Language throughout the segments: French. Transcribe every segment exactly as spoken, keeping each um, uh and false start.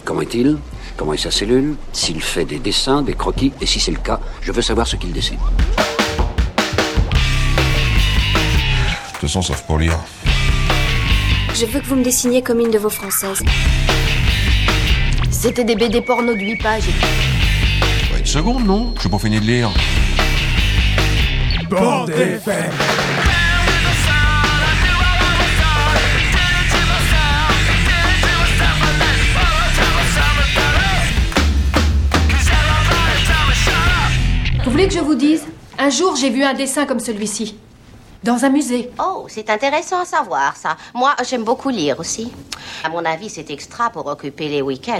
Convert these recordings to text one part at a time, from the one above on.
Comment est-il? Comment est sa cellule? S'il fait des dessins, des croquis, et si c'est le cas, je veux savoir ce qu'il dessine. De toute façon, sauf pour lire. Je veux que vous me dessiniez comme une de vos françaises. C'était des B D porno de huit pages. Ouais, une seconde, non? Je suis pas fini de lire. Bande F M. Vous voulez que je vous dise? Un jour, j'ai vu un dessin comme celui-ci. Dans un musée. Oh, c'est intéressant à savoir, ça. Moi, j'aime beaucoup lire aussi. À mon avis, c'est extra pour occuper les week-ends.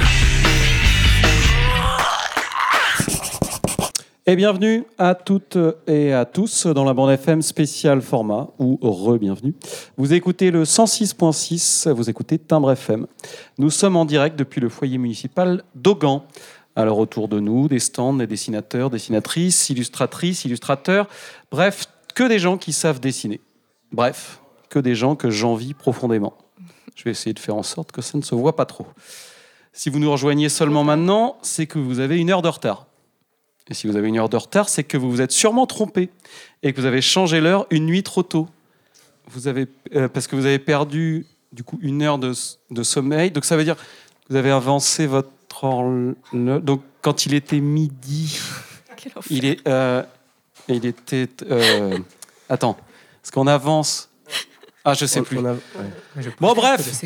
Et bienvenue à toutes et à tous dans la bande F M spéciale format, ou re-bienvenue. Vous écoutez le cent six point six, vous écoutez Timbre F M. Nous sommes en direct depuis le foyer municipal d'Augan. Alors autour de nous, des stands, des dessinateurs, dessinatrices, illustratrices, illustrateurs, bref, que des gens qui savent dessiner. Bref, que des gens que j'envie profondément. Je vais essayer de faire en sorte que ça ne se voit pas trop. Si vous nous rejoignez seulement maintenant, c'est que vous avez une heure de retard. Et si vous avez une heure de retard, c'est que vous vous êtes sûrement trompé et que vous avez changé l'heure une nuit trop tôt. Vous avez, euh, parce que vous avez perdu du coup une heure de, de sommeil. Donc ça veut dire que vous avez avancé votre horloge. Donc quand il était midi, il est, euh, il était. Euh, attends, est-ce qu'on avance? Ah, je sais plus. A... Ouais. Bon, bref.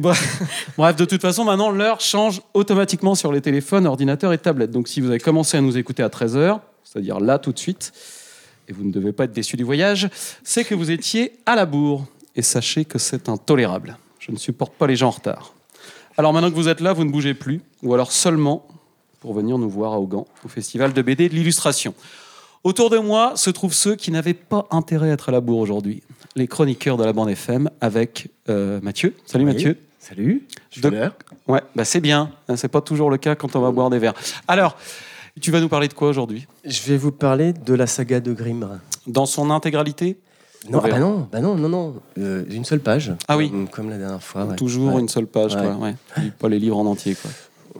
Bref, de toute façon, maintenant, l'heure change automatiquement sur les téléphones, ordinateurs et tablettes. Donc, si vous avez commencé à nous écouter à treize heures, c'est-à-dire là, tout de suite, et vous ne devez pas être déçus du voyage, c'est que vous étiez à la bourre. Et sachez que c'est intolérable. Je ne supporte pas les gens en retard. Alors, maintenant que vous êtes là, vous ne bougez plus, ou alors seulement pour venir nous voir à Augan, au Festival de B D de l'Illustration. Autour de moi se trouvent ceux qui n'avaient pas intérêt à être à la bourre aujourd'hui. Les chroniqueurs de la bande F M avec euh, Mathieu. Salut oui. Mathieu. Salut. Je de... Ouais, bah c'est bien. C'est pas toujours le cas quand on va boire des verres. Alors, tu vas nous parler de quoi aujourd'hui? Je vais vous parler de la saga de Grimm. Dans son intégralité? Non, bah non, bah non, non, non. Euh, une seule page. Ah oui. Comme, comme la dernière fois. Ouais. Toujours ouais. une seule page, ouais. Quoi. Ouais. Pas les livres en entier, quoi.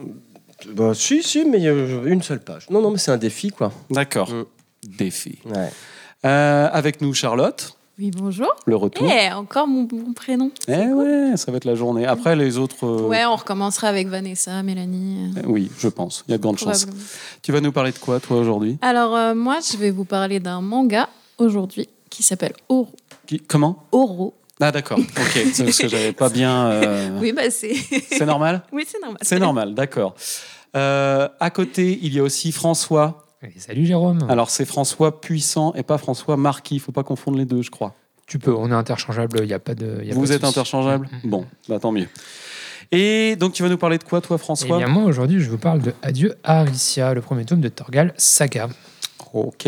Bah si, si, mais euh, une seule page. Non, non, mais c'est un défi, quoi. D'accord. Mm. Défi. Ouais. Euh, avec nous, Charlotte. Oui, bonjour. Le retour. Eh, encore mon, mon prénom. Eh cool. Ouais, ça va être la journée. Après, les autres... Euh... Ouais, on recommencera avec Vanessa, Mélanie. Euh, oui, je pense. Il y a de grandes chances. Tu vas nous parler de quoi, toi, aujourd'hui? Alors, euh, moi, je vais vous parler d'un manga, aujourd'hui, qui s'appelle Oro. Qui... Comment? Oro. Ah, d'accord. Ok. C'est parce que j'avais pas bien... Euh... Oui, bah c'est... C'est normal? Oui, c'est normal. C'est normal, d'accord. Euh, à côté, il y a aussi François... Et salut Jérôme. Alors c'est François Puissant et pas François Marquis, il ne faut pas confondre les deux, je crois. Tu peux, on est interchangeable, il n'y a pas de. Y a Vous pas êtes de interchangeable? mmh. Bon, bah, tant mieux. Et donc tu vas nous parler de quoi, toi, François? Eh bien moi aujourd'hui, je vous parle de Adieu à Aricia, le premier tome de Torgal Saga. Ok.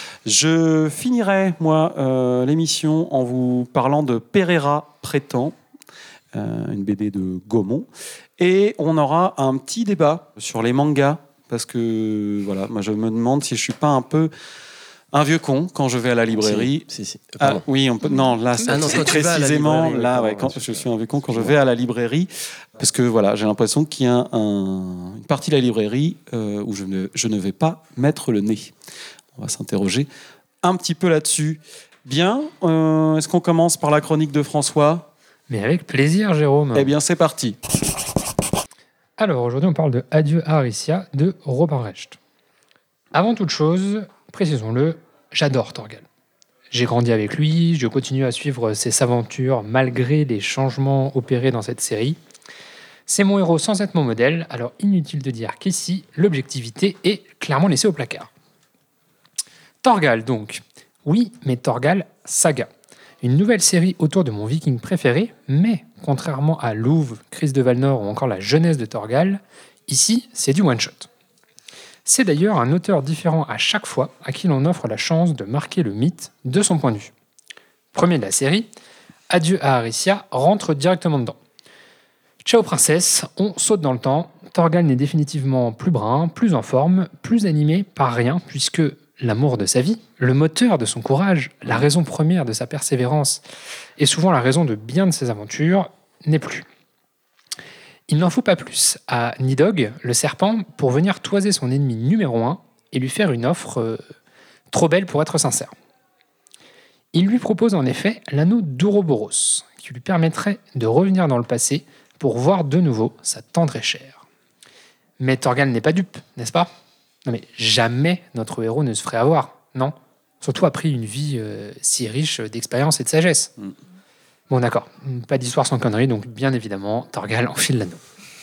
Je finirai moi euh, l'émission en vous parlant de Pereira Prétend, euh, une B D de Gaumont, et on aura un petit débat sur les mangas. Parce que, voilà, moi je me demande si je suis pas un peu un vieux con quand je vais à la librairie. Si, si, si. Ah, oui, on peut... non, là, c'est, ah non, c'est précisément, là, ouais, quand je suis un vieux con quand je vais à la librairie. Parce que, voilà, j'ai l'impression qu'il y a un, une partie de la librairie euh, où je ne, je ne vais pas mettre le nez. On va s'interroger un petit peu là-dessus. Bien, euh, est-ce qu'on commence par la chronique de François? Mais avec plaisir, Jérôme. Eh bien, c'est parti. Alors, aujourd'hui, on parle de Adieu à Aricia de Robin Recht. Avant toute chose, précisons-le, j'adore Torgal. J'ai grandi avec lui, je continue à suivre ses aventures malgré les changements opérés dans cette série. C'est mon héros sans être mon modèle, alors inutile de dire qu'ici, l'objectivité est clairement laissée au placard. Torgal, donc. Oui, mais Torgal Saga. Une nouvelle série autour de mon viking préféré, mais contrairement à Louve, Crise de Valnor ou encore la jeunesse de Torgal, ici, c'est du one-shot. C'est d'ailleurs un auteur différent à chaque fois à qui l'on offre la chance de marquer le mythe de son point de vue. Premier de la série, Adieu à Aricia rentre directement dedans. Ciao princesse, on saute dans le temps, Torgal n'est définitivement plus brun, plus en forme, plus animé par rien, puisque l'amour de sa vie, le moteur de son courage, la raison première de sa persévérance, et souvent la raison de bien de ses aventures, n'est plus. Il n'en faut pas plus à Nidhogg, le serpent, pour venir toiser son ennemi numéro un et lui faire une offre euh, trop belle pour être sincère. Il lui propose en effet l'anneau d'Ouroboros, qui lui permettrait de revenir dans le passé pour voir de nouveau sa tendre et chère. Mais Thorgal n'est pas dupe, n'est-ce pas ? Non mais jamais notre héros ne se ferait avoir, non ? Surtout après une vie euh, si riche d'expérience et de sagesse. Mm. Bon d'accord, pas d'histoire sans conneries, donc bien évidemment, Thorgal enfile l'anneau.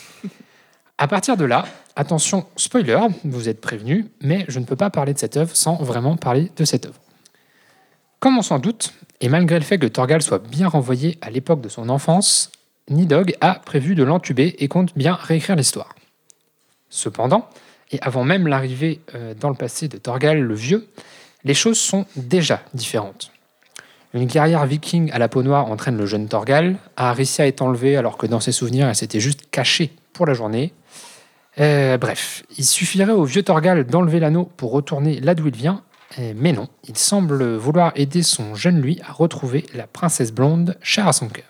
À partir de là, attention, spoiler, vous êtes prévenus, mais je ne peux pas parler de cette œuvre sans vraiment parler de cette œuvre. Comme on s'en doute, et malgré le fait que Thorgal soit bien renvoyé à l'époque de son enfance, Nidhogg a prévu de l'entuber et compte bien réécrire l'histoire. Cependant, et avant même l'arrivée euh, dans le passé de Thorgal le Vieux, les choses sont déjà différentes. Une guerrière viking à la peau noire entraîne le jeune Thorgal, Aricia est enlevée alors que dans ses souvenirs elle s'était juste cachée pour la journée. Euh, bref, il suffirait au vieux Thorgal d'enlever l'anneau pour retourner là d'où il vient, euh, mais non, il semble vouloir aider son jeune lui à retrouver la princesse blonde chère à son cœur.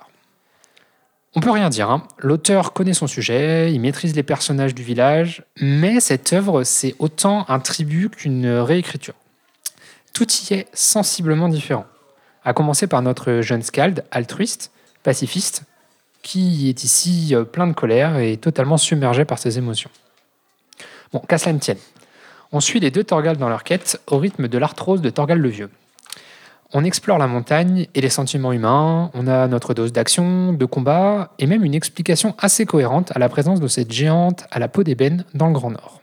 On peut rien dire, hein. L'auteur connaît son sujet, il maîtrise les personnages du village, mais cette œuvre, c'est autant un tribut qu'une réécriture. Tout y est sensiblement différent, à commencer par notre jeune skald, altruiste, pacifiste, qui est ici plein de colère et totalement submergé par ses émotions. Bon, qu'à cela ne tienne, on suit les deux Thorgal dans leur quête au rythme de l'arthrose de Thorgal le Vieux. On explore la montagne et les sentiments humains, on a notre dose d'action, de combat, et même une explication assez cohérente à la présence de cette géante à la peau d'ébène dans le Grand Nord.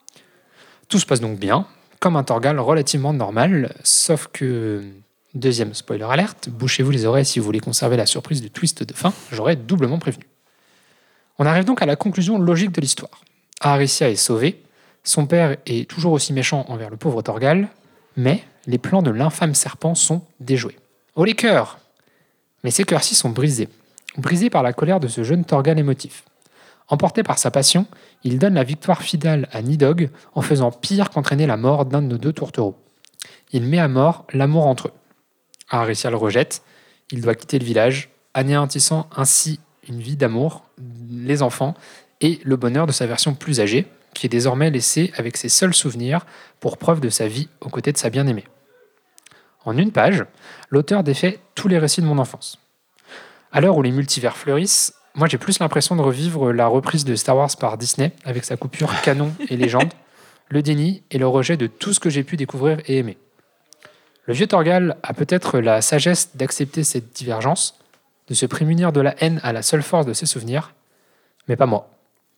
Tout se passe donc bien, comme un Thorgal relativement normal, sauf que... Deuxième spoiler alerte, bouchez-vous les oreilles si vous voulez conserver la surprise du twist de fin, j'aurais doublement prévenu. On arrive donc à la conclusion logique de l'histoire. Aricia est sauvée, son père est toujours aussi méchant envers le pauvre Thorgal, mais les plans de l'infâme serpent sont déjoués. Oh les cœurs ! Mais ces cœurs-ci sont brisés. Brisés par la colère de ce jeune Thorgal émotif. Emporté par sa passion, il donne la victoire finale à Nidhogg en faisant pire qu'entraîner la mort d'un de nos deux tourtereaux. Il met à mort l'amour entre eux. Aricia le rejette, il doit quitter le village, anéantissant ainsi une vie d'amour, les enfants et le bonheur de sa version plus âgée, qui est désormais laissée avec ses seuls souvenirs pour preuve de sa vie aux côtés de sa bien-aimée. En une page, l'auteur défait tous les récits de mon enfance. À l'heure où les multivers fleurissent, moi j'ai plus l'impression de revivre la reprise de Star Wars par Disney, avec sa coupure canon et légende, le déni et le rejet de tout ce que j'ai pu découvrir et aimer. Le vieux Thorgal a peut-être la sagesse d'accepter cette divergence, de se prémunir de la haine à la seule force de ses souvenirs, mais pas moi.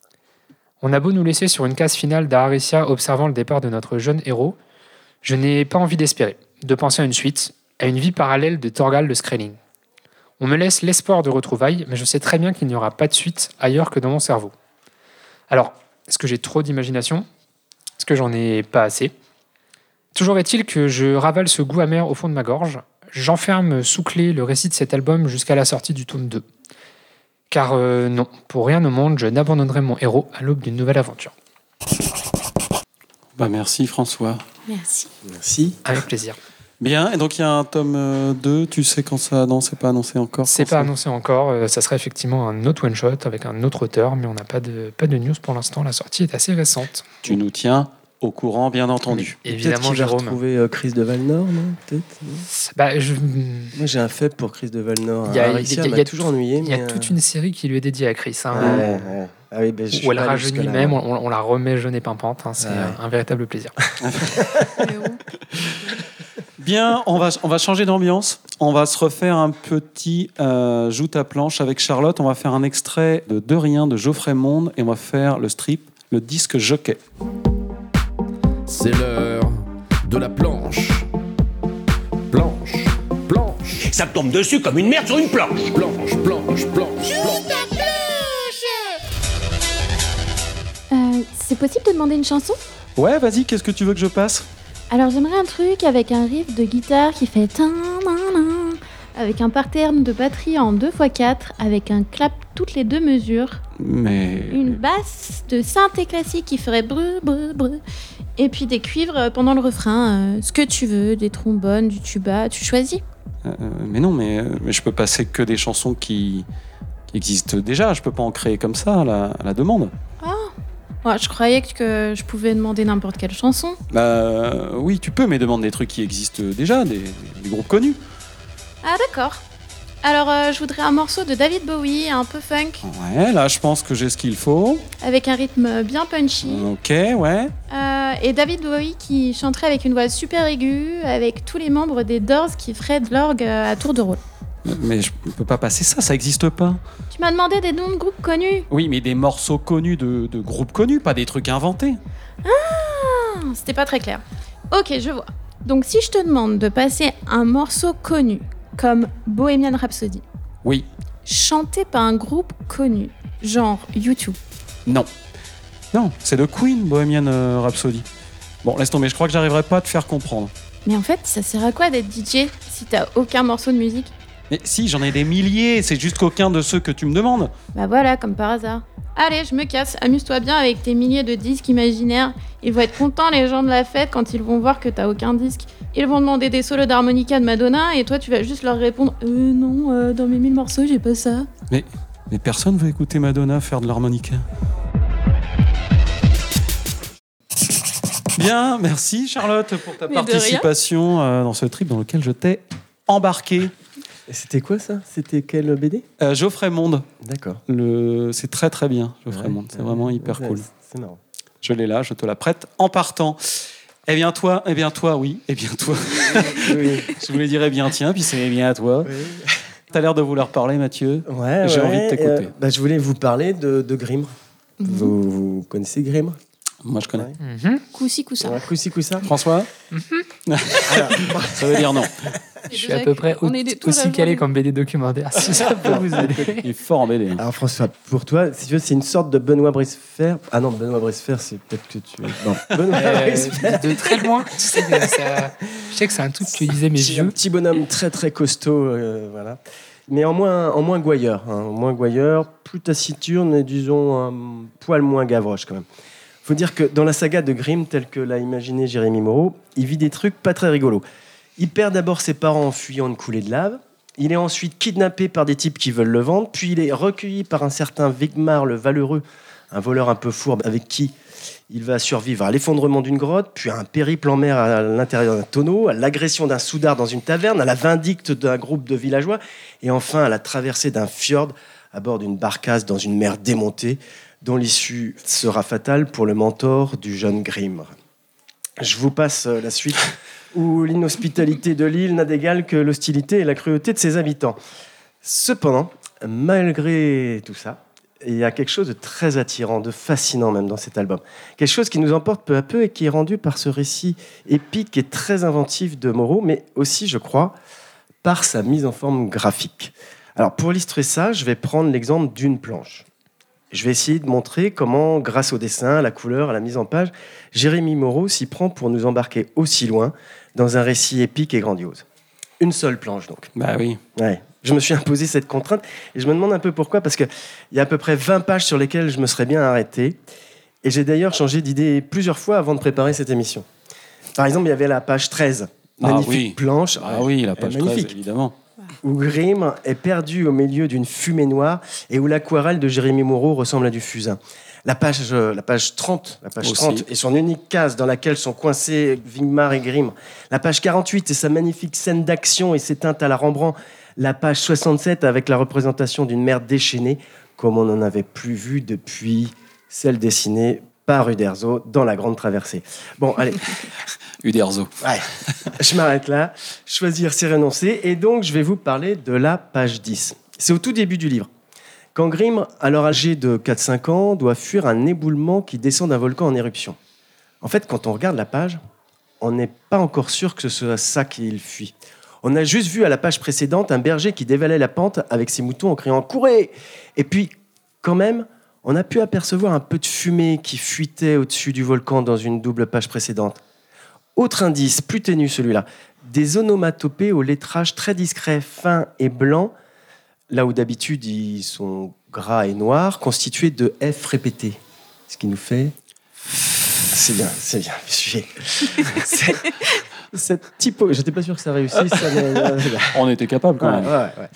On a beau nous laisser sur une case finale d'Aricia observant le départ de notre jeune héros, je n'ai pas envie d'espérer, de penser à une suite, à une vie parallèle de Thorgal de Skrelling. On me laisse l'espoir de retrouvailles, mais je sais très bien qu'il n'y aura pas de suite ailleurs que dans mon cerveau. Alors, est-ce que j'ai trop d'imagination ? Est-ce que j'en ai pas assez ? Toujours est-il que je ravale ce goût amer au fond de ma gorge. J'enferme sous clé le récit de cet album jusqu'à la sortie du tome deux. Car euh, non, pour rien au monde, je n'abandonnerai mon héros à l'aube d'une nouvelle aventure. Bah merci François. Merci. Merci. Avec plaisir. Bien, et donc il y a un tome euh, deux, tu sais quand ça... Non, c'est pas annoncé encore. C'est pas annoncé encore, euh, ça sera effectivement un autre one-shot avec un autre auteur, mais on n'a pas de, pas de news pour l'instant, la sortie est assez récente. Tu nous tiens au courant, bien entendu. Mais évidemment, Peut-être qu'il va Jérôme. retrouver euh, Chris de Valnor, non Peut-être. Non Bah, je... Moi, j'ai un faible pour Chris de Valnor. Il y a, Aricia il y a- m'a il y a toujours ennuyé. Il y a mais, euh, toute une série qui lui est dédiée à Chris. Hein, Ouais, ouais. Ah oui, ben, je suis où elle pas allé rajeunit jusque-là, même, ouais. on, on la remet jeune et pimpante. Hein, c'est Ouais. un, un véritable plaisir. Bien, on va, on va changer d'ambiance. On va se refaire un petit euh, joute à planche avec Charlotte. On va faire un extrait de De Rien de Geoffrey Monde et on va faire le strip, le disque jockey. C'est l'heure de la planche. Planche, planche. Ça tombe dessus comme une merde sur une planche. Planche, planche, planche, planche. Euh, c'est possible de demander une chanson ? Ouais, vas-y, qu'est-ce que tu veux que je passe ? Alors j'aimerais un truc avec un riff de guitare qui fait tin nan nan, avec un pattern de batterie en deux fois quatre, avec un clap toutes les deux mesures, Mais... une basse de synthé classique qui ferait brr brr brr, et puis des cuivres pendant le refrain, euh, ce que tu veux, des trombones, du tuba, tu choisis. Euh, mais non, mais, euh, mais je peux passer que des chansons qui, qui existe déjà. Je peux pas en créer comme ça à la, à la demande. Ah, ouais, je croyais que je pouvais demander n'importe quelle chanson. Bah oui, tu peux, mais demande des trucs qui existent déjà, des, des groupes connus. Ah d'accord. Alors euh, je voudrais un morceau de David Bowie, un peu funk, Ouais, là, je pense que j'ai ce qu'il faut. avec un rythme bien punchy. Ok, ouais. Euh, et David Bowie qui chanterait avec une voix super aiguë, avec tous les membres des Doors qui feraient de l'orgue euh, à tour de rôle. Mais je peux pas passer ça, ça existe pas. Tu m'as demandé des noms de groupes connus. Oui, mais des morceaux connus de, de groupes connus, pas des trucs inventés. Ah, c'était pas très clair. Ok, je vois. Donc si je te demande de passer un morceau connu, comme Bohemian Rhapsody, Oui, chanté par un groupe connu, genre U deux. non. Non, c'est de Queen, Bohemian euh, Rhapsody. Bon, laisse tomber, je crois que j'arriverai pas à te faire comprendre. Mais en fait, ça sert à quoi d'être D J si t'as aucun morceau de musique? Mais si, j'en ai des milliers, c'est juste qu'aucun de ceux que tu me demandes. Bah voilà, comme par hasard. Allez, je me casse, amuse-toi bien avec tes milliers de disques imaginaires. Ils vont être contents, les gens de la fête, quand ils vont voir que t'as aucun disque. Ils vont demander des solos d'harmonica de Madonna et toi tu vas juste leur répondre « Euh non, euh, dans mes mille morceaux, j'ai pas ça. » Mais, mais personne veut écouter Madonna faire de l'harmonica. Bien, merci Charlotte pour ta Mais de rien. participation euh, dans ce trip dans lequel je t'ai embarqué. Et c'était quoi ça? C'était quel B D? Euh, Geoffrey Monde. D'accord. Le... C'est très très bien, Geoffrey Ouais, Monde. C'est ouais, vraiment hyper ouais, cool. C'est marrant. Je l'ai là, je te la prête en partant. Eh bien toi, eh bien toi, oui, eh bien toi. Oui. Je voulais dire eh bien tiens, puis c'est eh bien à toi. Oui. T'as l'air de vouloir parler, Mathieu. Ouais, J'ai ouais, envie de t'écouter. euh, bah, je voulais vous parler de, de Grimm. Mhm. Vous, vous connaissez Grimm? Moi, je connais. Ouais. Mhm. Coup-ci, coup-ça. Ouais, Coussi Coussa. François. Ça veut dire non. Je suis à peu près On au- est des tous aussi à calé jour. comme B D documentaire, si ça peut vous aider. Il est fort en B D. hein. Alors François, pour toi, si tu veux, c'est une sorte de Benoît Bricefer. Ah non, Benoît Bricefer, c'est peut-être que tu. Non, Benoît Euh, Bricefer. de très loin, tu sais que ça- je sais que c'est un truc que disaient mes C'est un vieux. petit bonhomme très très costaud, euh, voilà. Mais en moins, en moins gouailleur, hein, en moins gouailleur, plus taciturne et disons un poil moins gavroche quand même. Faut dire que dans la saga de Grimm, telle que l'a imaginé Jérémy Moreau, il vit des trucs pas très rigolos. Il perd d'abord ses parents en fuyant une coulée de lave. Il est ensuite kidnappé par des types qui veulent le vendre. Puis il est recueilli par un certain Vigmar le Valeureux, un voleur un peu fourbe avec qui il va survivre à l'effondrement d'une grotte, puis à un périple en mer à l'intérieur d'un tonneau, à l'agression d'un soudard dans une taverne, à la vindicte d'un groupe de villageois, et enfin à la traversée d'un fjord à bord d'une barcasse dans une mer démontée, dont l'issue sera fatale pour le mentor du jeune Grimm. Je vous passe euh, la suite, où l'inhospitalité de l'île n'a d'égal que l'hostilité et la cruauté de ses habitants. Cependant, malgré tout ça, il y a quelque chose de très attirant, de fascinant même dans cet album. Quelque chose qui nous emporte peu à peu et qui est rendu par ce récit épique et très inventif de Moreau, mais aussi, je crois, par sa mise en forme graphique. Alors, pour illustrer ça, je vais prendre l'exemple d'une planche. Je vais essayer de montrer comment, grâce au dessin, à la couleur, à la mise en page, Jérémy Moreau s'y prend pour nous embarquer aussi loin dans un récit épique et grandiose. Une seule planche, donc. Bah oui. Ouais. Je me suis imposé cette contrainte et je me demande un peu pourquoi, parce qu'il y a à peu près vingt pages sur lesquelles je me serais bien arrêté. Et j'ai d'ailleurs changé d'idée plusieurs fois avant de préparer cette émission. Par exemple, il y avait la page treize. Magnifique Ah oui. planche. Ah oui, la Elle est page treize, magnifique. évidemment. Où Grimm est perdu au milieu d'une fumée noire et où l'aquarelle de Jérémy Moreau ressemble à du fusain. La page, euh, la page trente, la page Aussi. trente est son unique case dans laquelle sont coincés Vigmar et Grimm. La page quarante-huit est sa magnifique scène d'action et ses teintes à la Rembrandt. La page soixante-sept avec la représentation d'une mer déchaînée, comme on n'en avait plus vu depuis celle dessinée par Uderzo dans La Grande Traversée. Bon, allez. Uderzo. Ouais, je m'arrête là. Choisir, c'est renoncer. Et donc, je vais vous parler de la page dix. C'est au tout début du livre. Quand Grimm, alors âgé de quatre cinq ans, doit fuir un éboulement qui descend d'un volcan en éruption. En fait, quand on regarde la page, on n'est pas encore sûr que ce soit ça qu'il fuit. On a juste vu à la page précédente un berger qui dévalait la pente avec ses moutons en criant « Courez !» Et puis, quand même, on a pu apercevoir un peu de fumée qui fuitait au-dessus du volcan dans une double page précédente. Autre indice, plus ténu celui-là, des onomatopées au lettrage très discret, fin et blanc, là où d'habitude ils sont gras et noirs, constitués de F répétés. Ce qui nous fait... C'est bien, c'est bien, sujet. C'est... Cette typo... J'étais pas sûr que ça réussisse. Ça, mais... On était capable quand Ouais, même. ouais, ouais.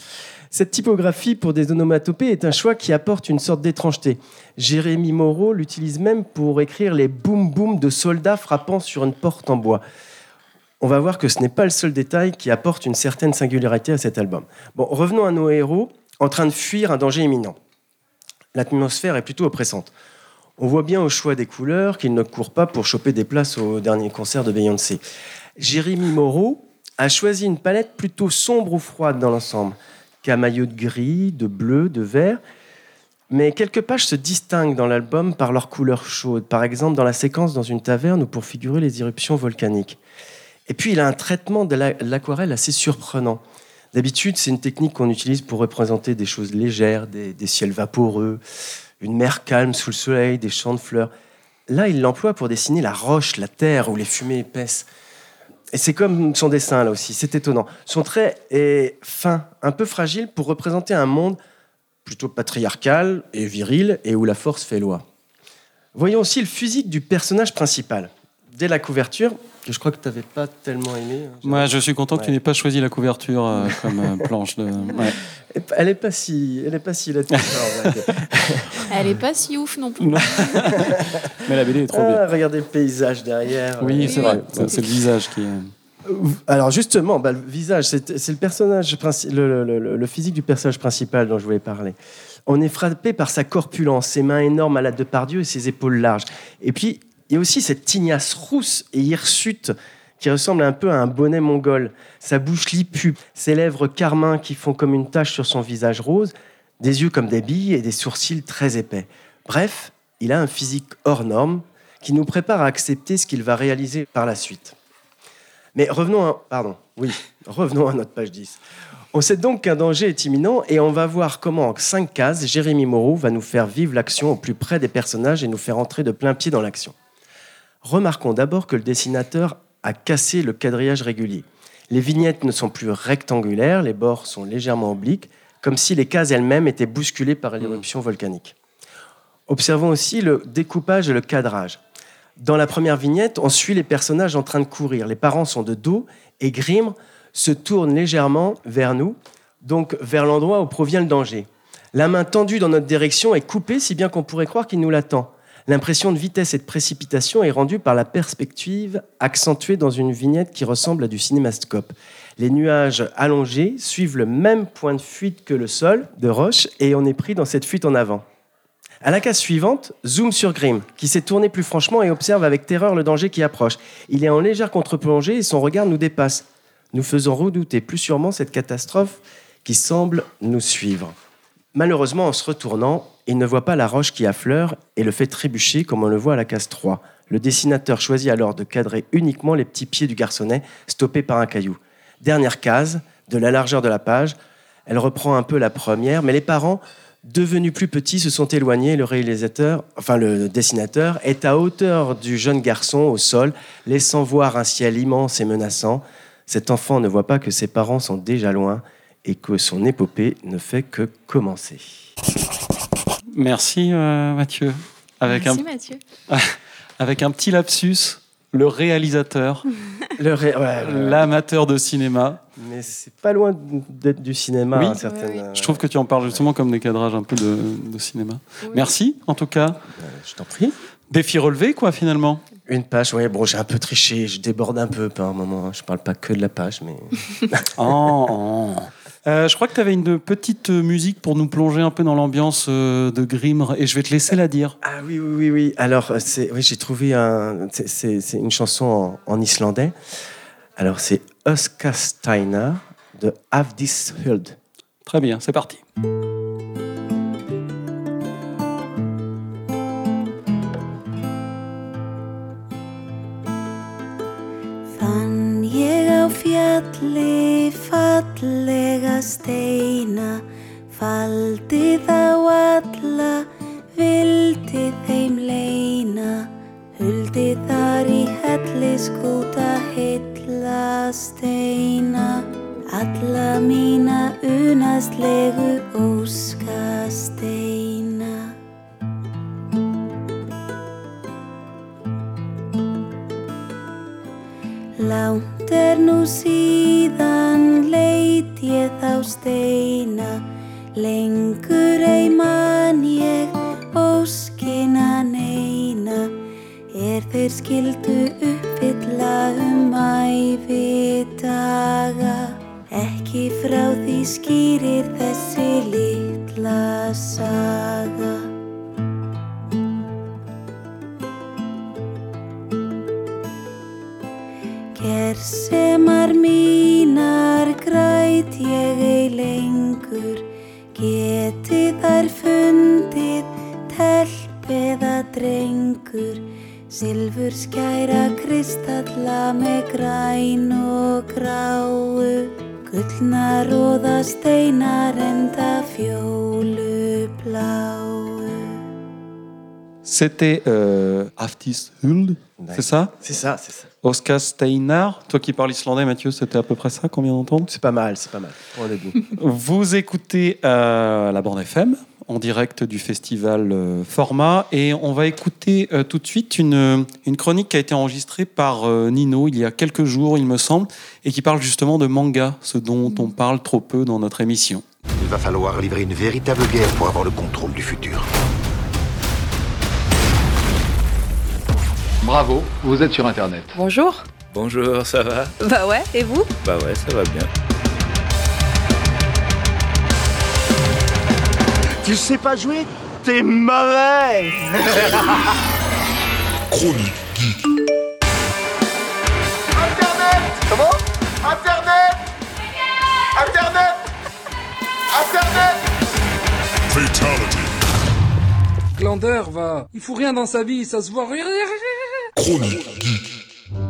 Cette typographie pour des onomatopées est un choix qui apporte une sorte d'étrangeté. Jérémy Moreau l'utilise même pour écrire les boum-boum de soldats frappant sur une porte en bois. On va voir que ce n'est pas le seul détail qui apporte une certaine singularité à cet album. Bon, revenons à nos héros en train de fuir un danger imminent. L'atmosphère est plutôt oppressante. On voit bien au choix des couleurs qu'ils ne courent pas pour choper des places au dernier concert de Beyoncé. Jérémy Moreau a choisi une palette plutôt sombre ou froide dans l'ensemble. Camailleux de gris, de bleu, de vert. Mais quelques pages se distinguent dans l'album par leur couleur chaude. Par exemple, dans la séquence dans une taverne ou pour figurer les éruptions volcaniques. Et puis, il a un traitement de l'aquarelle assez surprenant. D'habitude, c'est une technique qu'on utilise pour représenter des choses légères, des, des ciels vaporeux, une mer calme sous le soleil, des champs de fleurs. Là, il l'emploie pour dessiner la roche, la terre ou les fumées épaisses. Et c'est comme son dessin, là aussi, c'est étonnant. Son trait est fin, un peu fragile, pour représenter un monde plutôt patriarcal et viril, et où la force fait loi. Voyons aussi le physique du personnage principal. Dès la couverture, que je crois que tu n'avais pas tellement aimé. Hein, Moi, je suis content ouais. que tu n'aies pas choisi la couverture euh, comme euh, planche. De... Ouais. Elle n'est pas si... Elle est pas si là-dessus. Elle est pas si ouf non plus. Mais la B D est trop ah, bien. Regardez le paysage derrière. Oui, euh, c'est vrai. C'est, c'est le visage qui est... Alors justement, bah, le visage, c'est, c'est le personnage, princi- le, le, le, le physique du personnage principal dont je voulais parler. On est frappé par sa corpulence, ses mains énormes à la Depardieu et ses épaules larges. Et puis, il y a aussi cette tignasse rousse et hirsute qui ressemble un peu à un bonnet mongol. Sa bouche lipue, ses lèvres carmin qui font comme une tache sur son visage rose, des yeux comme des billes et des sourcils très épais. Bref, il a un physique hors norme qui nous prépare à accepter ce qu'il va réaliser par la suite. Mais revenons à, pardon, oui, revenons à notre page dix. On sait donc qu'un danger est imminent et on va voir comment, en cinq cases, Jérémy Moreau va nous faire vivre l'action au plus près des personnages et nous faire entrer de plein pied dans l'action. Remarquons d'abord que le dessinateur a cassé le quadrillage régulier. Les vignettes ne sont plus rectangulaires, les bords sont légèrement obliques, comme si les cases elles-mêmes étaient bousculées par l'éruption volcanique. Observons aussi le découpage et le cadrage. Dans la première vignette, on suit les personnages en train de courir. Les parents sont de dos et Grimm se tourne légèrement vers nous, donc vers l'endroit où provient le danger. La main tendue dans notre direction est coupée, si bien qu'on pourrait croire qu'il nous l'attend. L'impression de vitesse et de précipitation est rendue par la perspective accentuée dans une vignette qui ressemble à du cinémascope. Les nuages allongés suivent le même point de fuite que le sol de roche et on est pris dans cette fuite en avant. À la case suivante, zoom sur Grimm, qui s'est tourné plus franchement et observe avec terreur le danger qui approche. Il est en légère contre-plongée et son regard nous dépasse, nous faisant redouter plus sûrement cette catastrophe qui semble nous suivre. Malheureusement, en se retournant, il ne voit pas la roche qui affleure et le fait trébucher comme on le voit à la case trois. Le dessinateur choisit alors de cadrer uniquement les petits pieds du garçonnet, stoppés par un caillou. Dernière case, de la largeur de la page, elle reprend un peu la première, mais les parents, devenus plus petits, se sont éloignés. Le réalisateur, enfin le dessinateur, est à hauteur du jeune garçon au sol, laissant voir un ciel immense et menaçant. Cet enfant ne voit pas que ses parents sont déjà loin et que son épopée ne fait que commencer. Merci euh, Mathieu. Avec Merci un... Mathieu. Avec un petit lapsus, le réalisateur, le ré... ouais, ouais, ouais. l'amateur de cinéma. Mais c'est pas loin d'être du cinéma. Oui, hein, certaines... oui, oui. Je trouve que tu en parles justement comme des cadrages un peu de, de cinéma. Oui. Merci en tout cas. Euh, je t'en prie. Défi relevé quoi finalement. Une page, oui, bon, j'ai un peu triché, je déborde un peu par moment. Je parle pas que de la page, mais. oh, oh. Euh, je crois que tu avais une petite musique pour nous plonger un peu dans l'ambiance euh, de Grimm, et je vais te laisser la dire. Ah oui, oui, oui, oui. Alors, c'est, oui, j'ai trouvé un, c'est, c'est, c'est une chanson en, en islandais. Alors, c'est Öskasteina de Hafdís Huld. Très bien, c'est parti. Fann ég á fjalli fallega steina, faldi þá alla, vildi þeim leina, huldi þar í helliskúta heilla steina, alla mína unastlegu óska steina. Langt er nú síðan leið lít ég þá steina, lengur ei man ég óskina neina, er þeir skildu uppfylla um ævi daga, ekki frá því skýrir þessi litla saga. Gersemar mínar græt ég ei lengur, geti þær fundið telp eða drengur, silfurskæra kristalla með græn og gráu, gullna róða steinar enda fjólubláu. C'était euh, Aftis Huld, c'est ça? C'est ça, c'est ça. Oscar Steinar, toi qui parles islandais, Mathieu, c'était à peu près ça qu'on vient d'entendre? C'est pas mal, c'est pas mal. Pour le début. Vous écoutez euh, la bande F M en direct du festival euh, Format et on va écouter euh, tout de suite une, une chronique qui a été enregistrée par euh, Nino il y a quelques jours, il me semble, et qui parle justement de manga, ce dont on parle trop peu dans notre émission. Il va falloir livrer une véritable guerre pour avoir le contrôle du futur. Bravo, vous êtes sur Internet. Bonjour. Bonjour, ça va? Bah ouais, et vous? Bah ouais, ça va bien. Tu sais pas jouer? T'es mauvais. Chronique geek. Internet. Comment? Internet. Internet. Internet. Fatality. Glander va... Il fout rien dans sa vie, ça se voit... Chronique geek.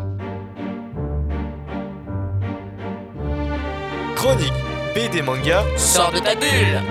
Chronique B D manga. Sors de ta bulle.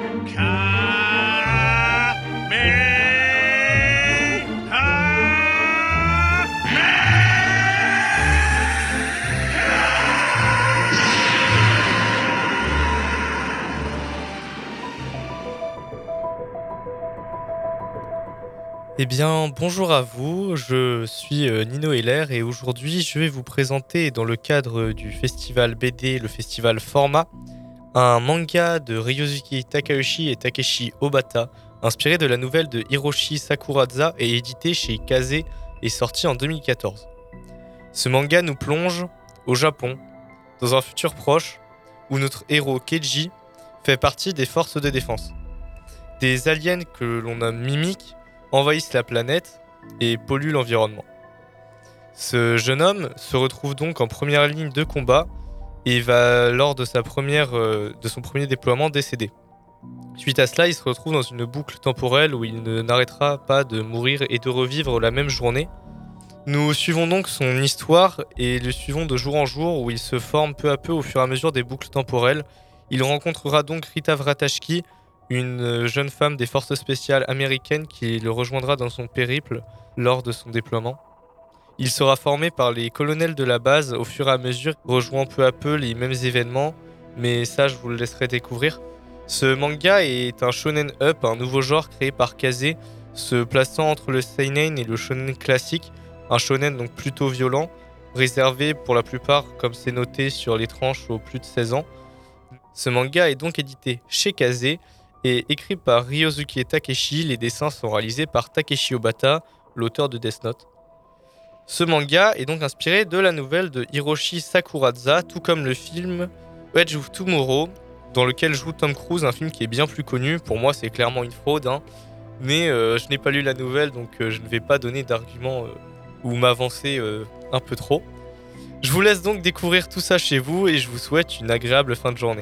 Eh bien, bonjour à vous, je suis Nino Heller et aujourd'hui je vais vous présenter dans le cadre du festival B D, le festival Format, un manga de Ryosuke Takeuchi et Takeshi Obata, inspiré de la nouvelle de Hiroshi Sakuradza et édité chez Kaze et sorti en deux mille quatorze. Ce manga nous plonge au Japon, dans un futur proche, où notre héros Keiji fait partie des forces de défense. Des aliens que l'on nomme Mimiques envahissent la planète et polluent l'environnement. Ce jeune homme se retrouve donc en première ligne de combat et va, lors de, sa première, euh, de son premier déploiement, décéder. Suite à cela, il se retrouve dans une boucle temporelle où il ne n'arrêtera pas de mourir et de revivre la même journée. Nous suivons donc son histoire et le suivons de jour en jour où il se forme peu à peu au fur et à mesure des boucles temporelles. Il rencontrera donc Rita Vratashki, une jeune femme des forces spéciales américaines qui le rejoindra dans son périple lors de son déploiement. Il sera formé par les colonels de la base au fur et à mesure, rejoignant peu à peu les mêmes événements, mais ça je vous le laisserai découvrir. Ce manga est un shonen up, un nouveau genre créé par Kaze, se plaçant entre le seinen et le shonen classique, un shonen donc plutôt violent, réservé pour la plupart, comme c'est noté, sur les tranches aux plus de seize ans. Ce manga est donc édité chez Kaze et écrit par Ryosuke Takeshi. Les dessins sont réalisés par Takeshi Obata, l'auteur de Death Note. Ce manga est donc inspiré de la nouvelle de Hiroshi Sakuradza, tout comme le film Edge of Tomorrow, dans lequel joue Tom Cruise, un film qui est bien plus connu. Pour moi, c'est clairement une fraude, hein. mais euh, je n'ai pas lu la nouvelle, donc euh, je ne vais pas donner d'arguments euh, ou m'avancer euh, un peu trop. Je vous laisse donc découvrir tout ça chez vous et je vous souhaite une agréable fin de journée.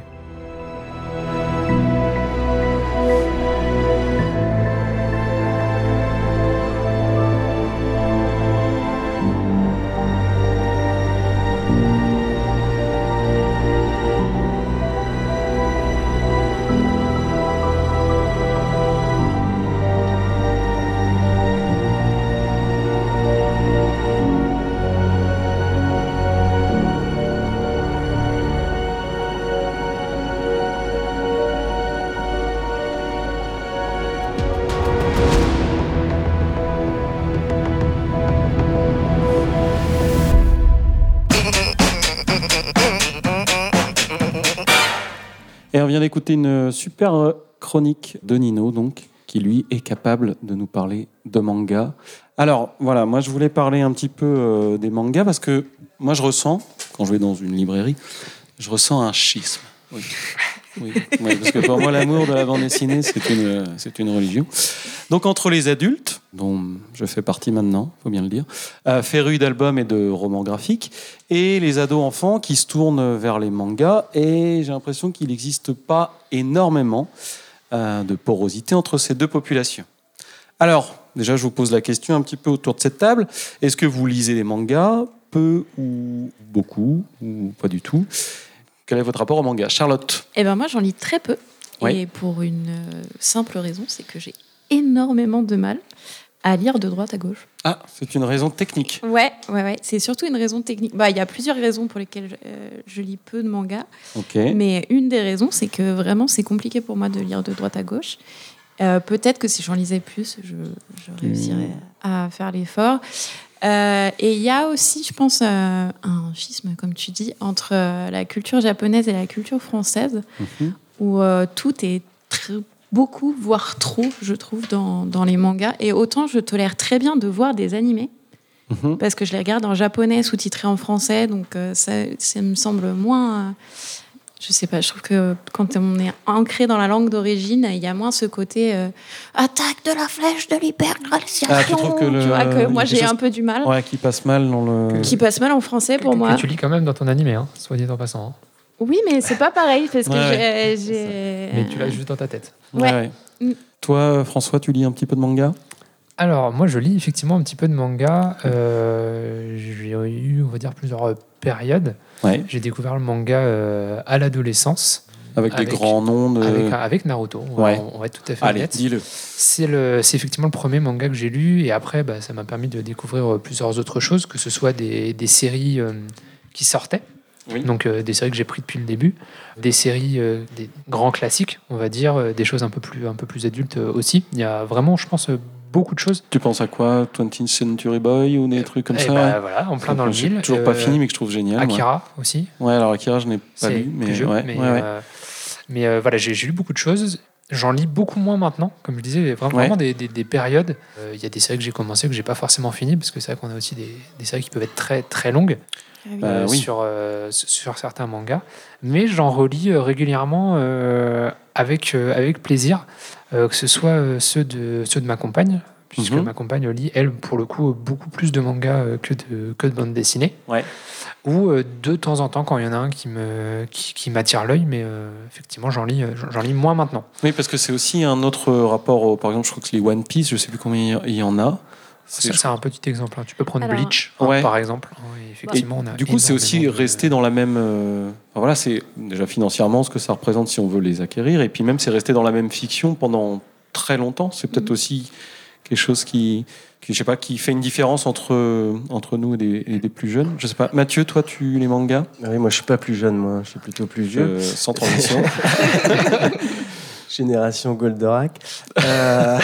d'écouter une super chronique de Nino, donc, qui lui est capable de nous parler de manga. Alors, voilà, moi je voulais parler un petit peu euh, des mangas parce que moi je ressens, quand je vais dans une librairie, je ressens un schisme. Oui. Oui, oui, parce que pour moi, l'amour de la bande dessinée, c'est une, c'est une religion. Donc, entre les adultes, dont je fais partie maintenant, il faut bien le dire, euh, férus d'albums et de romans graphiques, et les ados-enfants qui se tournent vers les mangas, et j'ai l'impression qu'il n'existe pas énormément euh, de porosité entre ces deux populations. Alors, déjà, je vous pose la question un petit peu autour de cette table. Est-ce que vous lisez des mangas, peu ou beaucoup, ou pas du tout ? Quel est votre rapport au manga, Charlotte? Eh ben moi, j'en lis très peu. Oui. Et pour une euh, simple raison, c'est que j'ai énormément de mal à lire de droite à gauche. Ah, c'est une raison technique. Ouais, ouais, ouais. C'est surtout une raison technique. Bah, il y a plusieurs raisons pour lesquelles je, euh, je lis peu de mangas. Ok. Mais une des raisons, c'est que vraiment, c'est compliqué pour moi de lire de droite à gauche. Euh, peut-être que si j'en lisais plus, je, je réussirais mmh. à faire l'effort. Euh, et il y a aussi, je pense, euh, un schisme, comme tu dis, entre euh, la culture japonaise et la culture française, mmh. où euh, tout est très, beaucoup, voire trop, je trouve, dans, dans les mangas. Et autant je tolère très bien de voir des animés, mmh. parce que je les regarde en japonais, sous-titrés en français, donc euh, ça, ça me semble moins... Euh, je sais pas, je trouve que quand on est ancré dans la langue d'origine, il y a moins ce côté euh, attaque de la flèche de l'hyperglaciation. Ah, tu trouves que, le... tu vois, que moi j'ai chose... un peu du mal. Ouais, qui passe mal dans le. Qui passe mal en français pour que, moi. Que tu lis quand même dans ton animé, hein, soit dit en passant. Hein. Oui, mais c'est pas pareil parce que ouais, j'ai, j'ai. Mais tu l'as juste dans ta tête. Ouais. ouais. Mm. Toi, François, tu lis un petit peu de manga? Alors, moi, je lis effectivement un petit peu de manga. Euh, j'ai eu, on va dire, plusieurs périodes. Ouais. J'ai découvert le manga euh, à l'adolescence. Avec, avec des grands noms de... Avec, avec Naruto, ouais. on, on va être tout à fait Allez, honnête. dis-le. C'est, le, c'est effectivement le premier manga que j'ai lu. Et après, bah, ça m'a permis de découvrir plusieurs autres choses, que ce soit des, des séries euh, qui sortaient. Oui. Donc euh, des séries que j'ai pris depuis le début, des séries, euh, des grands classiques, on va dire, euh, des choses un peu plus, un peu plus adultes euh, aussi. Il y a vraiment, je pense, euh, beaucoup de choses. Tu penses à quoi, twentieth Century Boy ou des euh, trucs comme ça? Bah, voilà, en plein dans le mille. Toujours euh, pas fini, mais que je trouve génial. Akira ouais. aussi. Ouais, alors Akira, je n'ai pas C'est lu, mais, jeu, ouais, mais, ouais, ouais. Euh, mais euh, voilà, j'ai, j'ai lu beaucoup de choses. J'en lis beaucoup moins maintenant, comme je disais, vraiment, ouais. vraiment des, des, des périodes. Il euh, y a des séries que j'ai commencé que j'ai pas forcément fini, parce que c'est vrai qu'on a aussi des, des séries qui peuvent être très très longues. Euh, bah, oui. sur, euh, sur certains mangas, mais j'en relis euh, régulièrement euh, avec, euh, avec plaisir, euh, que ce soit euh, ceux, de, ceux de ma compagne, puisque mm-hmm. ma compagne lit, elle, pour le coup, beaucoup plus de mangas euh, que, de, que de bande dessinée, ouais. ou euh, de temps en temps, quand il y en a un qui, me, qui, qui m'attire l'œil, mais euh, effectivement, j'en lis, j'en lis moins maintenant. Oui, parce que c'est aussi un autre rapport, au, par exemple, je crois que les One Piece, je ne sais plus combien il y en a. C'est, ça, c'est un petit exemple. Hein. Tu peux prendre Alors, Bleach, ouais. hein, par exemple. Oui, effectivement, on a du coup, c'est aussi de... rester dans la même. Euh... Enfin, voilà, c'est déjà financièrement ce que ça représente si on veut les acquérir, et puis même c'est rester dans la même fiction pendant très longtemps. C'est peut-être mmh. aussi quelque chose qui, qui, je sais pas, qui fait une différence entre entre nous et des, et des plus jeunes. Je sais pas. Mathieu, toi, tu les mangas? Ah oui, moi, je suis pas plus jeune. Moi, je suis plutôt plus vieux. Euh, sans transition. Génération Goldorak. Euh...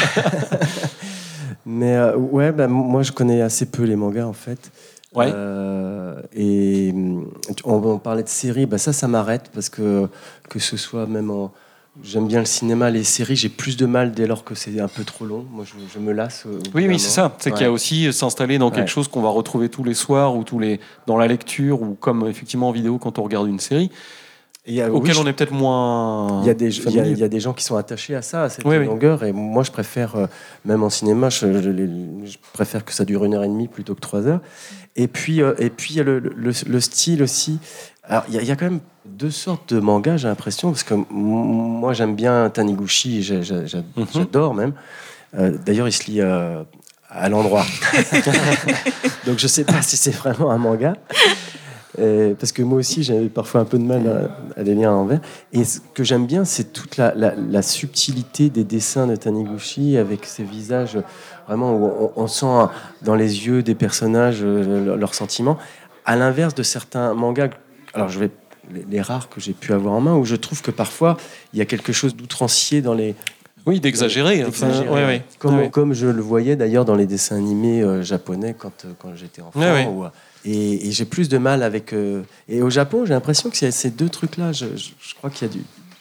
Mais euh, ouais, bah, moi je connais assez peu les mangas en fait. Ouais. Euh, et on, on parlait de séries, bah, ça, ça m'arrête parce que que ce soit même en. J'aime bien le cinéma, les séries, j'ai plus de mal dès lors que c'est un peu trop long. Moi, je, je me lasse. Euh, oui, oui, c'est ça. C'est ouais. qu'il y a aussi s'installer dans quelque ouais. chose qu'on va retrouver tous les soirs ou tous les dans la lecture ou comme effectivement en vidéo quand on regarde une série. Et a, auquel oui, on est peut-être moins. Il y, a des, il, y a, il y a des gens qui sont attachés à ça, à cette oui, longueur. Oui. Et moi, je préfère, euh, même en cinéma, je, je, je préfère que ça dure une heure et demie plutôt que trois heures. Et puis, euh, et puis il y a le, le, le style aussi. Alors, il y, a, il y a quand même deux sortes de mangas, j'ai l'impression, parce que m- moi, j'aime bien Taniguchi, j'ai, j'ai, j'ai, mm-hmm. j'adore même. Euh, d'ailleurs, il se lit euh, à l'endroit. Donc, je sais pas si c'est vraiment un manga. Euh, parce que moi aussi j'avais parfois un peu de mal à, à les lire à l'envers, et ce que j'aime bien c'est toute la, la, la subtilité des dessins de Taniguchi avec ces visages vraiment où on, on sent dans les yeux des personnages euh, leurs sentiments, à l'inverse de certains mangas, alors je vais les, les rares que j'ai pu avoir en main, où je trouve que parfois il y a quelque chose d'outrancier dans les oui, d'exagéré, enfin, ouais, ouais. Comme, ouais. comme je le voyais d'ailleurs dans les dessins animés euh, japonais quand, quand j'étais enfant. Ouais, ouais. Ou, et, et j'ai plus de mal avec... Euh, et au Japon, j'ai l'impression que c'est ces deux trucs-là. Je, je, je crois qu'il y a du...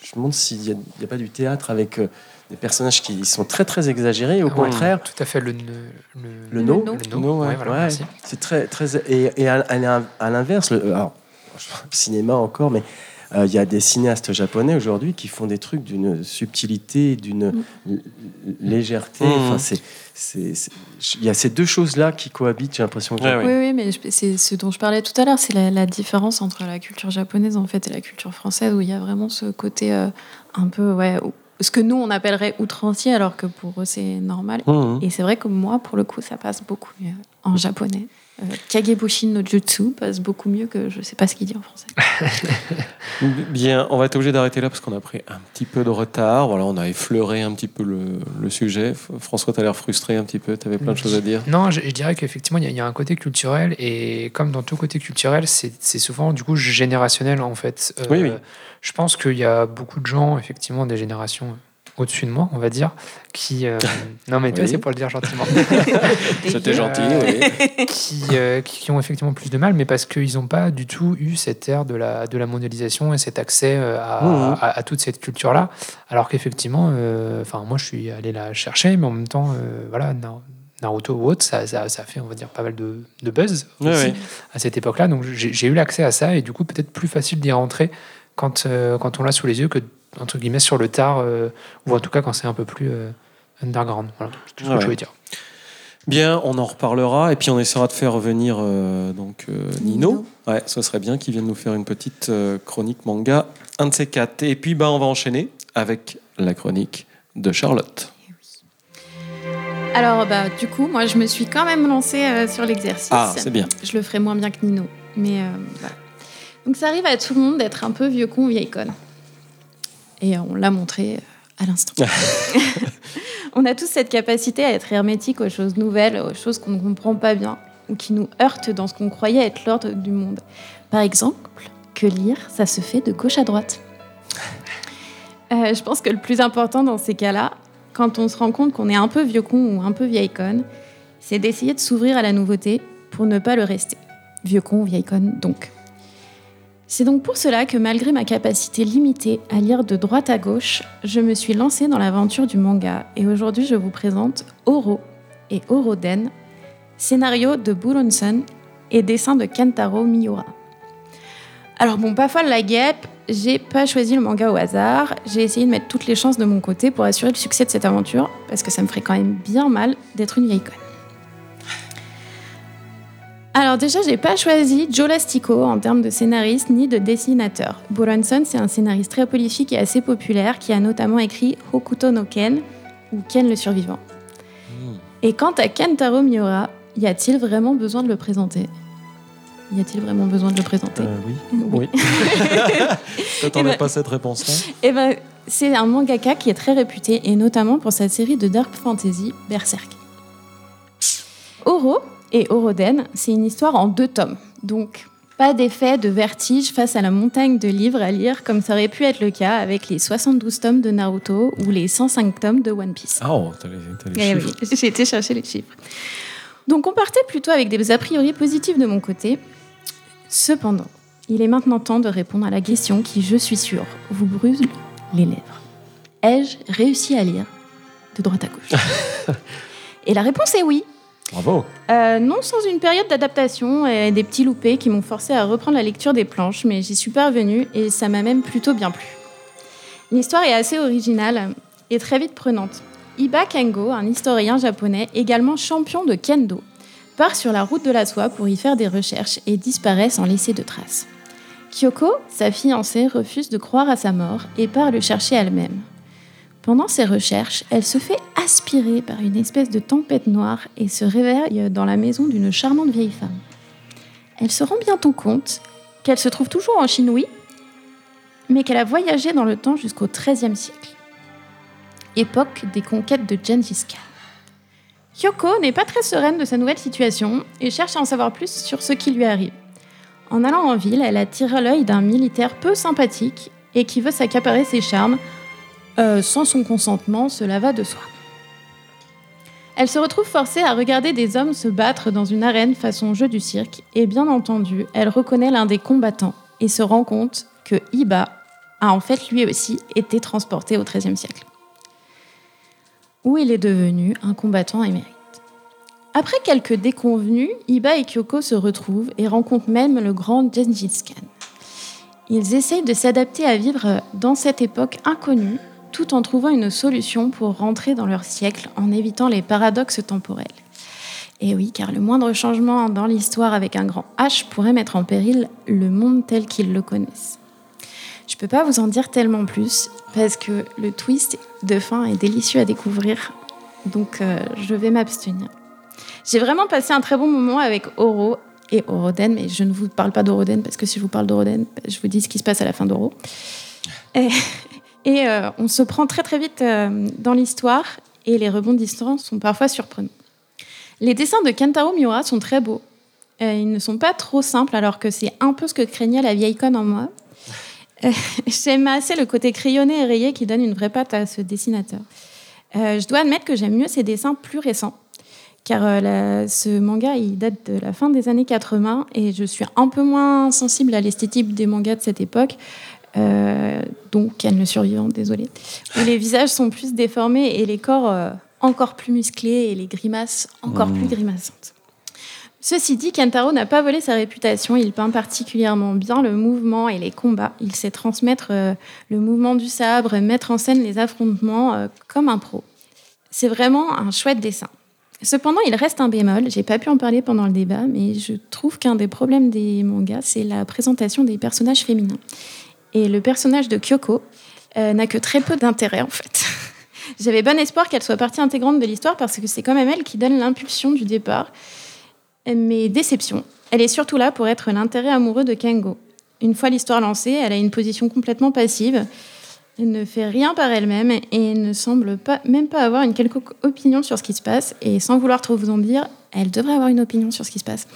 je me demande s'il n'y a, a pas du théâtre avec euh, des personnages qui sont très très exagérés. Au Ouais, contraire, tout à fait le le le no, le no, ouais, ouais, voilà, ouais. merci. C'est très très et, et à, à, à l'inverse, le alors, cinéma encore, mais il euh, y a des cinéastes japonais aujourd'hui qui font des trucs d'une subtilité, d'une mm. l- légèreté. Mmh. Enfin, c'est c'est il y a ces deux choses-là qui cohabitent. J'ai l'impression. Que ouais, oui, oui, mais je, c'est ce dont je parlais tout à l'heure, c'est la, la différence entre la culture japonaise en fait et la culture française, où il y a vraiment ce côté euh, un peu ouais. Où, ce que nous on appellerait outrancier, alors que pour eux c'est normal. Mmh. Et c'est vrai que moi, pour le coup, ça passe beaucoup mieux en japonais. Euh, Kagebushi no Jutsu passe beaucoup mieux que je sais pas ce qu'il dit en français. Bien, on va être obligé d'arrêter là parce qu'on a pris un petit peu de retard. Voilà, on a effleuré un petit peu le, le sujet. François, tu as l'air frustré un petit peu, tu avais plein de choses à dire. Non, je, je dirais qu'effectivement, il y, y a un côté culturel, et comme dans tout côté culturel, c'est, c'est souvent du coup générationnel en fait. Euh, oui, oui. Je pense qu'il y a beaucoup de gens, effectivement, des générations au-dessus de moi, on va dire, qui... Euh... non, mais toi, oui. C'est pour le dire gentiment. C'était gentil, euh, oui. Qui, euh, qui ont effectivement plus de mal, mais parce qu'ils n'ont pas du tout eu cette ère de la, de la mondialisation et cet accès à, mmh. à, à toute cette culture-là. Alors qu'effectivement, enfin, euh, moi, je suis allé la chercher, mais en même temps, euh, voilà, Naruto ou autre, ça, ça, ça fait, on va dire, pas mal de, de buzz oui, aussi oui. à cette époque-là. Donc, j'ai, j'ai eu l'accès à ça, et du coup, peut-être plus facile d'y rentrer quand, euh, quand on l'a sous les yeux que entre guillemets sur le tard, euh, ou en tout cas quand c'est un peu plus euh, underground. Voilà, c'est tout ce que ouais. je voulais dire. Bien, on en reparlera, et puis on essaiera de faire revenir euh, donc euh, Nino. Nino. Ouais, ce serait bien qu'il vienne nous faire une petite euh, chronique manga, un de ces quatre. Et puis bah, on va enchaîner avec la chronique de Charlotte. Alors bah du coup, moi je me suis quand même lancée euh, sur l'exercice. Ah, c'est bien. Je le ferai moins bien que Nino, mais euh, voilà. Donc ça arrive à tout le monde d'être un peu vieux con, vieille conne. Et on l'a montré à l'instant. On a tous cette capacité à être hermétique aux choses nouvelles, aux choses qu'on ne comprend pas bien, ou qui nous heurtent dans ce qu'on croyait être l'ordre du monde. Par exemple, que lire, ça se fait de gauche à droite. Euh, je pense que le plus important dans ces cas-là, quand on se rend compte qu'on est un peu vieux con ou un peu vieille conne, c'est d'essayer de s'ouvrir à la nouveauté pour ne pas le rester. Vieux con, vieille conne, donc. C'est donc pour cela que malgré ma capacité limitée à lire de droite à gauche, je me suis lancée dans l'aventure du manga, et aujourd'hui je vous présente Oro et Oroden, scénario de Buronson et dessin de Kentaro Miura. Alors bon, pas folle la guêpe, j'ai pas choisi le manga au hasard, j'ai essayé de mettre toutes les chances de mon côté pour assurer le succès de cette aventure, parce que ça me ferait quand même bien mal d'être une vieille conne. Alors déjà, j'ai pas choisi Joe Lastico en termes de scénariste ni de dessinateur. Buronson, c'est un scénariste très prolifique et assez populaire qui a notamment écrit Hokuto no Ken ou Ken le survivant. Mmh. Et quant à Kentaro Miura, y a-t-il vraiment besoin de le présenter ? Y a-t-il vraiment besoin de le présenter ? euh, Oui. Oui. T'attendais pas cette réponse-là ? Eh ben, c'est un mangaka qui est très réputé, et notamment pour sa série de dark fantasy Berserk. Oro et Oroden, c'est une histoire en deux tomes. Donc, pas d'effet de vertige face à la montagne de livres à lire, comme ça aurait pu être le cas avec les soixante-douze tomes de Naruto ou les cent cinq tomes de One Piece. Ah, oh, t'as les, t'as les eh chiffres. Oui, j'ai été chercher les chiffres. Donc, on partait plutôt avec des a priori positifs de mon côté. Cependant, il est maintenant temps de répondre à la question qui, je suis sûre, vous brûle les lèvres. Ai-je réussi à lire de droite à gauche ? Et la réponse est oui. Bravo. Euh, non sans une période d'adaptation et des petits loupés qui m'ont forcé à reprendre la lecture des planches, mais j'y suis parvenue et ça m'a même plutôt bien plu. L'histoire est assez originale et très vite prenante. Iba Kengo, un historien japonais, également champion de kendo, part sur la route de la soie pour y faire des recherches et disparaît sans laisser de traces. Kyoko, sa fiancée, refuse de croire à sa mort et part le chercher elle-même. Pendant ses recherches, elle se fait aspirer par une espèce de tempête noire et se réveille dans la maison d'une charmante vieille femme. Elle se rend bientôt compte qu'elle se trouve toujours en Chine, oui, mais qu'elle a voyagé dans le temps jusqu'au treizième siècle, époque des conquêtes de Gengis Khan. Kyoko n'est pas très sereine de sa nouvelle situation et cherche à en savoir plus sur ce qui lui arrive. En allant en ville, elle attire l'œil d'un militaire peu sympathique et qui veut s'accaparer ses charmes. Euh, sans son consentement, cela va de soi. Elle se retrouve forcée à regarder des hommes se battre dans une arène façon jeu du cirque, et bien entendu, elle reconnaît l'un des combattants et se rend compte que Iba a en fait lui aussi été transporté au treizième siècle, où il est devenu un combattant émérite. Après quelques déconvenues, Iba et Kyoko se retrouvent et rencontrent même le grand Gengis Khan. Ils essayent de s'adapter à vivre dans cette époque inconnue, tout en trouvant une solution pour rentrer dans leur siècle en évitant les paradoxes temporels. Et oui, car le moindre changement dans l'histoire avec un grand H pourrait mettre en péril le monde tel qu'ils le connaissent. Je ne peux pas vous en dire tellement plus, parce que le twist de fin est délicieux à découvrir, donc euh, je vais m'abstenir. J'ai vraiment passé un très bon moment avec Oro et Oroden, mais je ne vous parle pas d'Oroden, parce que si je vous parle d'Oroden, je vous dis ce qui se passe à la fin d'Oro. Et, et euh, on se prend très très vite euh, dans l'histoire, et les rebondissements sont parfois surprenants. Les dessins de Kentaro Miura sont très beaux. Euh, ils ne sont pas trop simples, alors que c'est un peu ce que craignait la vieille conne en moi. Euh, j'aime assez le côté crayonné et rayé qui donne une vraie patte à ce dessinateur. Euh, je dois admettre que j'aime mieux ses dessins plus récents, car euh, la, ce manga il date de la fin des années quatre-vingts et je suis un peu moins sensible à l'esthétique des mangas de cette époque, euh, donc Ken le survivant, désolé, où les visages sont plus déformés et les corps euh, encore plus musclés et les grimaces encore mmh. plus grimaçantes. Ceci dit, Kentaro n'a pas volé sa réputation, il peint particulièrement bien le mouvement et les combats. Il sait transmettre euh, le mouvement du sabre, mettre en scène les affrontements euh, comme un pro. C'est vraiment un chouette dessin. Cependant, il reste un bémol, j'ai pas pu en parler pendant le débat, mais je trouve qu'un des problèmes des mangas, c'est la présentation des personnages féminins. Et le personnage de Kyoko euh, n'a que très peu d'intérêt, en fait. J'avais bon espoir qu'elle soit partie intégrante de l'histoire, parce que c'est quand même elle qui donne l'impulsion du départ. Mais déception, elle est surtout là pour être l'intérêt amoureux de Kengo. Une fois l'histoire lancée, elle a une position complètement passive. Elle ne fait rien par elle-même et ne semble pas, même pas avoir une quelconque opinion sur ce qui se passe. Et sans vouloir trop vous en dire, elle devrait avoir une opinion sur ce qui se passe.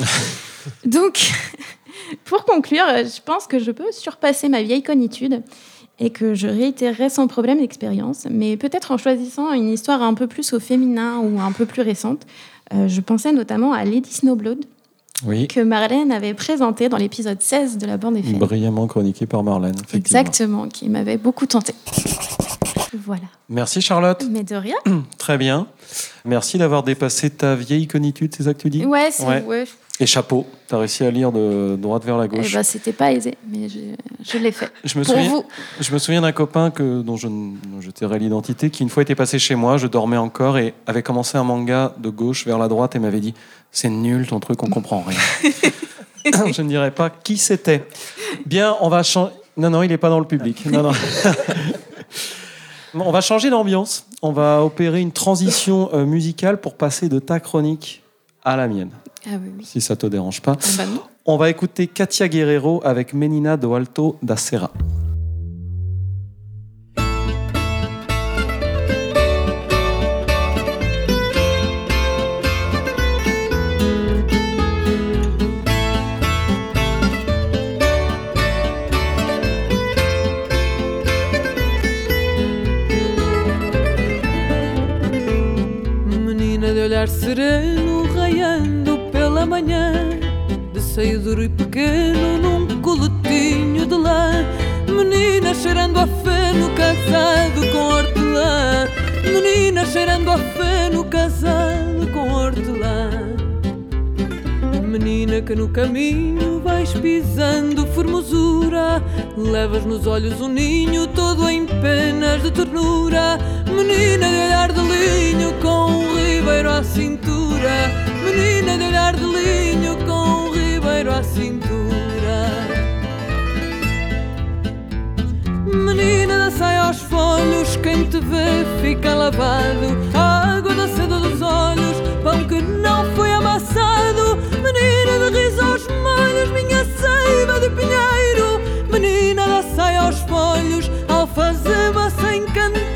Donc, pour conclure, je pense que je peux surpasser ma vieille conitude et que je réitérerai sans problème l'expérience, mais peut-être en choisissant une histoire un peu plus au féminin ou un peu plus récente. Euh, je pensais notamment à Lady Snowblood, oui. que Marlène avait présenté dans l'épisode seize de la bande F M. Brillamment chroniqué par Marlène, effectivement. Exactement, qui m'avait beaucoup tenté. Voilà. Merci Charlotte. Mais de rien. Très bien. Merci d'avoir dépassé ta vieille conitude, c'est ça que tu dis ? Ouais, c'est... Ouais. ouais. Et chapeau, tu as réussi à lire de droite vers la gauche. Eh ben, c'était pas aisé, mais je, je l'ai fait. Je me Pour souviens, vous. Je me souviens d'un copain que, dont je, dont je tairai l'identité, qui une fois était passé chez moi, je dormais encore, et avait commencé un manga de gauche vers la droite et m'avait dit « C'est nul ton truc, on comprend rien. » Je ne dirais pas qui c'était. Bien, on va changer... Non, non, il n'est pas dans le public. Non, non. On va changer d'ambiance. On va opérer une transition euh, musicale pour passer de ta chronique à la mienne. Ah oui, oui. Si ça te dérange pas. Ah bah non. On va écouter Katia Guerrero avec Menina do Alto da Serra. Menina de olhar sereno raiando pela manhã, de seio duro e pequeno num coletinho de lã. Menina cheirando a feno casado com hortelã. Menina cheirando a feno casado com hortelã. Menina que no caminho vais pisando formosura, levas nos olhos um ninho todo em penas de ternura. Menina de olhar de linho com um ribeiro à cintura. Menina de olhar de linho com um ribeiro à cintura. Menina da saia aos folhos, quem te vê fica lavado. A água da seda dos olhos, pão que não foi amassado. Menina de riso aos molhos, minha seiva de pinheiro. Menina da saia aos folhos, alfazema sem canteiro.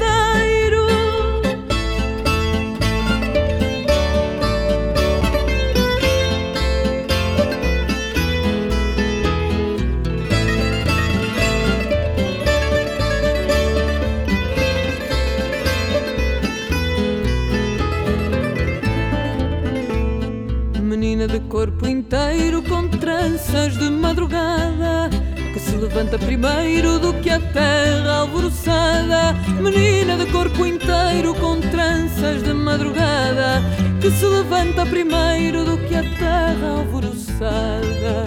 Menina de corpo inteiro com tranças de madrugada, que se levanta primeiro do que a terra alvoroçada, menina de corpo inteiro com tranças de madrugada, que se levanta primeiro do que a terra alvoroçada.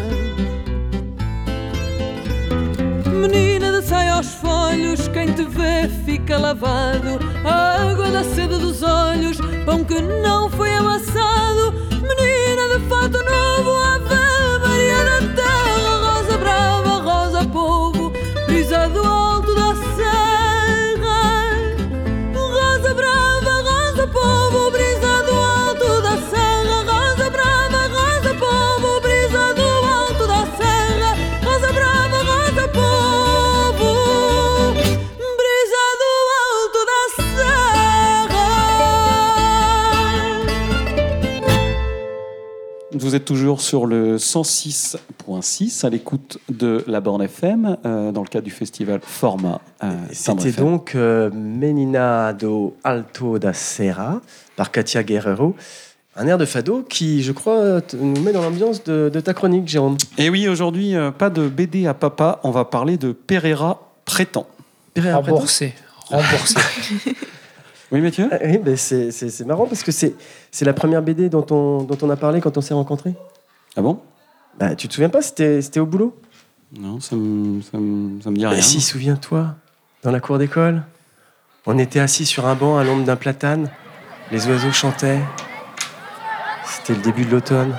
Menina de saia aos folhos, quem te vê fica lavado, a água da sede dos olhos, pão que não foi amassado. Menina de fato novo, Ave Maria da terra, rosa brava, rosa povo, brisa do alto da serra. Rosa brava, rosa povo, brisa do alto da serra. Rosa brava, rosa povo, brisa do alto da serra. Rosa brava, rosa povo, brisa do alto da serra. Vous êtes toujours sur le cent six point six à l'écoute de la Borne F M euh, dans le cadre du festival Format. Euh, C'était donc euh, Menina do Alto da Serra par Katia Guerrero. Un air de fado qui, je crois, te- nous met dans l'ambiance de, de ta chronique, Jérôme. Et oui, aujourd'hui, euh, pas de B D à papa, on va parler de Pereira Prétend. Pereira Prétend Remboursé. Remboursé. Oui, Mathieu Ah, oui, ben c'est, c'est, c'est marrant parce que c'est, c'est la première B D dont on, dont on a parlé quand on s'est rencontrés. Ah bon Bah, tu te souviens pas, c'était, c'était au boulot. Non, ça me, ça me, ça me dit rien. Mais si, souviens-toi, dans la cour d'école, on était assis sur un banc à l'ombre d'un platane, les oiseaux chantaient. C'était le début de l'automne.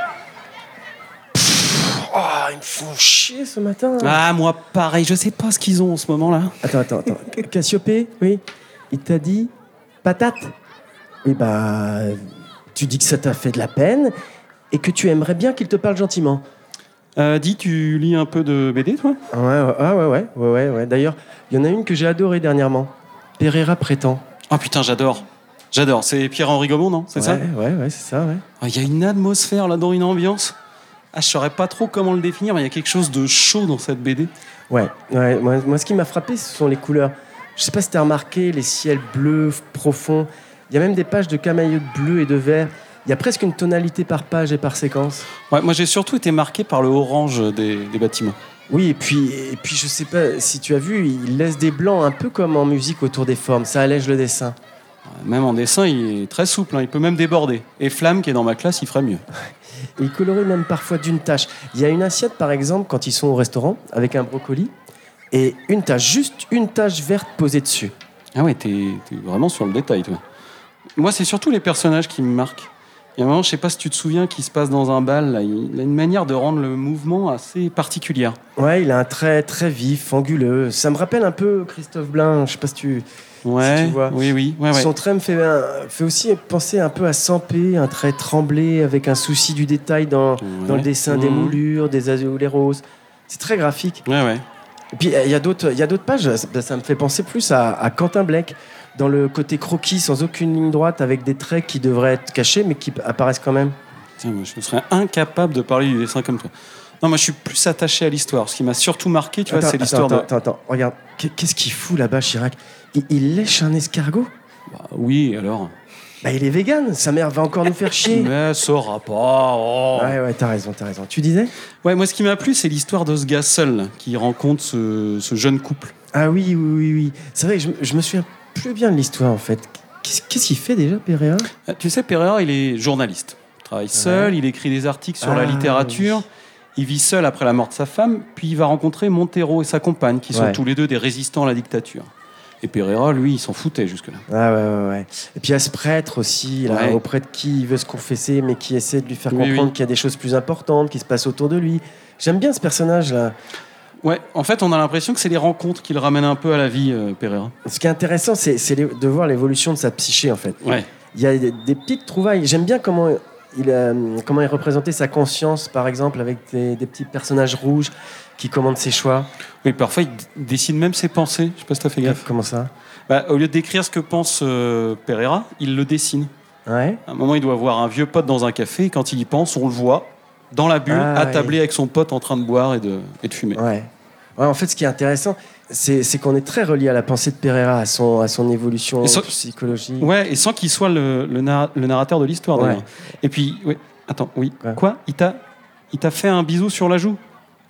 Pff, Oh, ils me font chier ce matin. Ah, moi, pareil, je sais pas ce qu'ils ont en ce moment-là. Attends, attends, attends. Cassiopée, oui. Il t'a dit patate. Oui, bah, tu dis que ça t'a fait de la peine et que tu aimerais bien qu'il te parle gentiment. Euh, dis, tu lis un peu de B D, toi Ouais, ouais, ah, ouais, ouais, ouais, ouais, ouais. D'ailleurs, il y en a une que j'ai adorée dernièrement. Pereira Prétend. Ah putain, j'adore. J'adore. C'est Pierre-Henri Gaumont, non C'est ouais, ça Ouais, ouais, c'est ça, ouais. Il y a une atmosphère là-dedans, une ambiance. Ah, je saurais pas trop comment le définir, mais il y a quelque chose de chaud dans cette B D. Ouais, ouais. Moi, moi, ce qui m'a frappé, ce sont les couleurs. Je sais pas si t'as remarqué, les ciels bleus profonds. Il y a même des pages de camaïeu de bleu et de vert. Il y a presque une tonalité par page et par séquence. Ouais, moi, j'ai surtout été marqué par le orange des, des bâtiments. Oui, et puis, et puis je sais pas si tu as vu, il laisse des blancs un peu comme en musique autour des formes. Ça allège le dessin. Même en dessin, il est très souple, hein. Il peut même déborder. Et Flamme, qui est dans ma classe, il ferait mieux. Et il colorie même parfois d'une tache. Il y a une assiette, par exemple, quand ils sont au restaurant, avec un brocoli, et une tache, juste une tache verte posée dessus. Ah ouais, t'es, t'es vraiment sur le détail, toi. Moi, c'est surtout les personnages qui me marquent. Il y a un moment, je sais pas si tu te souviens, qui se passe dans un bal, là. Il a une manière de rendre le mouvement assez particulière. Ouais, il a un trait très vif, anguleux. Ça me rappelle un peu Christophe Blain, je sais pas si tu, Ouais, si tu vois. oui, oui. Ouais, ouais. Son trait me fait, un- fait aussi penser un peu à Sampé, un trait tremblé, avec un souci du détail dans, dans le dessin des Mmh. moulures, des azules, les roses. C'est très graphique. Ouais, ouais. Et puis, il y a d'autres, il y a d'autres pages, ça, ça me fait penser plus à, à Quentin Blake, dans le côté croquis, sans aucune ligne droite, avec des traits qui devraient être cachés, mais qui apparaissent quand même. Tiens, moi, je serais incapable de parler du dessin comme toi. Non, moi, je suis plus attaché à l'histoire. Ce qui m'a surtout marqué, tu vois, Attends, c'est l'histoire attends, de... attends, attends, regarde, Qu'est- qu'est-ce qu'il fout là-bas, Chirac il, il lèche un escargot Bah, oui, alors... Bah, il est vegan, sa mère va encore nous faire chier. Mais saura pas. Oh. Ouais, ouais, t'as raison, t'as raison. Tu disais? Ouais, moi, ce qui m'a plu, c'est l'histoire de ce gars seul là, qui rencontre ce, ce jeune couple. Ah oui, oui, oui, oui. C'est vrai que je, je me souviens plus bien de l'histoire, en fait. Qu'est-ce, qu'est-ce qu'il fait déjà, Pereira? Ah, tu sais, Pereira, il est journaliste. Il travaille seul, il écrit des articles sur Ah, la littérature. Il vit seul après la mort de sa femme, puis il va rencontrer Montero et sa compagne, qui sont Ouais. tous les deux des résistants à la dictature. Et Pereira, lui, il s'en foutait jusque-là. Ah ouais, ouais, ouais. Et puis il y a ce prêtre aussi, là, Ouais. auprès de qui il veut se confesser, mais qui essaie de lui faire Oui, comprendre oui. qu'il y a des choses plus importantes qui se passent autour de lui. J'aime bien ce personnage-là. Ouais, en fait, on a l'impression que c'est les rencontres qui le ramènent un peu à la vie, euh, Pereira. Ce qui est intéressant, c'est, c'est les- de voir l'évolution de sa psyché, en fait. Ouais. Il y a des, des petites trouvailles. J'aime bien comment il, a, comment il représentait sa conscience, par exemple, avec des, des petits personnages rouges qui commandent ses choix. Oui, parfois, il d- dessine même ses pensées. Je sais pas si t'as fait gaffe. Comment ça? Bah, au lieu d'écrire ce que pense euh, Pereira, il le dessine. Ouais. À un moment, il doit voir un vieux pote dans un café, et quand il y pense, on le voit dans la bulle, Ah, attablé ouais. avec son pote en train de boire et de, et de fumer. Ouais. Ouais, en fait, ce qui est intéressant, c'est, c'est qu'on est très relié à la pensée de Pereira, à son, à son évolution Et sans- psychologique. Ouais, et sans qu'il soit le, le, narra- le narrateur de l'histoire, d'ailleurs. Ouais. Et puis, ouais, attends, oui. Quoi, il, t'a, il t'a fait un bisou sur la joue?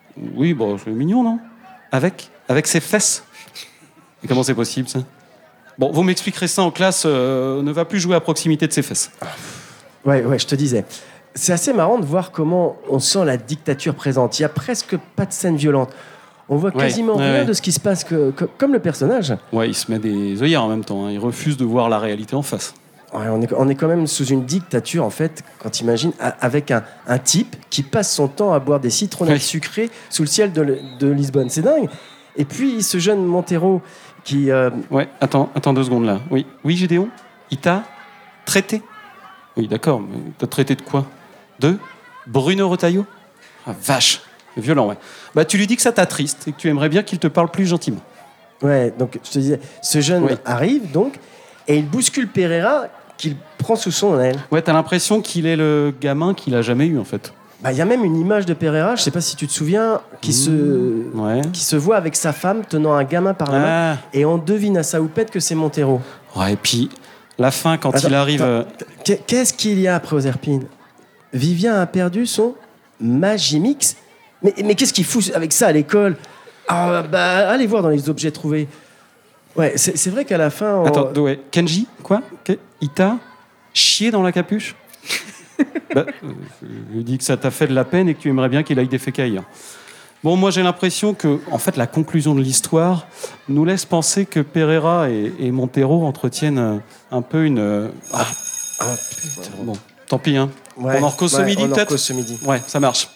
Oui, bon, c'est mignon, non? Avec Avec ses fesses. Et comment c'est possible, ça? Bon, vous m'expliquerez ça en classe. Euh, ne va plus jouer à proximité de ses fesses. Ouais, ouais, je te disais. C'est assez marrant de voir comment on sent la dictature présente. Il n'y a presque pas de scène violente. On voit quasiment ouais, rien ouais. de ce qui se passe, que, que- comme le personnage. Ouais, il se met des œillères en même temps. Hein. Il refuse de voir la réalité en face. Ouais, on, est, on est quand même sous une dictature, en fait, quand tu imagines, a- avec un, un type qui passe son temps à boire des citronnelles Ouais. sucrées sous le ciel de, le- de Lisbonne. C'est dingue. Et puis, ce jeune Montero qui... euh, Ouais, attends, attends deux secondes là. Oui, oui, Gédéon, il t'a traité. Oui, d'accord, mais t'as traité de quoi? De Bruno Retailleau? Ah, vache, c'est violent, ouais. Bah, tu lui dis que ça t'attriste et que tu aimerais bien qu'il te parle plus gentiment. Ouais, donc je te disais, ce jeune Oui. arrive donc, et il bouscule Pereira qu'il prend sous son aile. Ouais, t'as l'impression qu'il est le gamin qu'il a jamais eu en fait. Bah, il y a même une image de Pereira, je sais pas si tu te souviens, qui, se, Ouais. qui se voit avec sa femme tenant un gamin par la main, Ah. et on devine à sa houppette que c'est Montero. Ouais, et puis la fin quand Attends, il arrive. attends. euh, Qu'est- Qu'est-ce qu'il y a après aux Herpines? Vivien a perdu son Magimix. Mais, mais qu'est-ce qu'il fout avec ça à l'école? Ah bah allez voir dans les objets trouvés. Ouais, c'est c'est vrai qu'à la fin. on- Attends, ouais. Kenji, quoi? Que- Il t'a chié dans la capuche? Bah, euh, je lui dis que ça t'a fait de la peine et que tu aimerais bien qu'il aille déféquer ailleurs. Bon, moi j'ai l'impression que, en fait, la conclusion de l'histoire nous laisse penser que Pereira et, et Montero entretiennent euh, un peu une. euh, Ah, Ah, putain. bon, tant pis, hein. Ouais, on en recose ce ouais, midi on en peut-être. recose ce midi. Ouais, ça marche.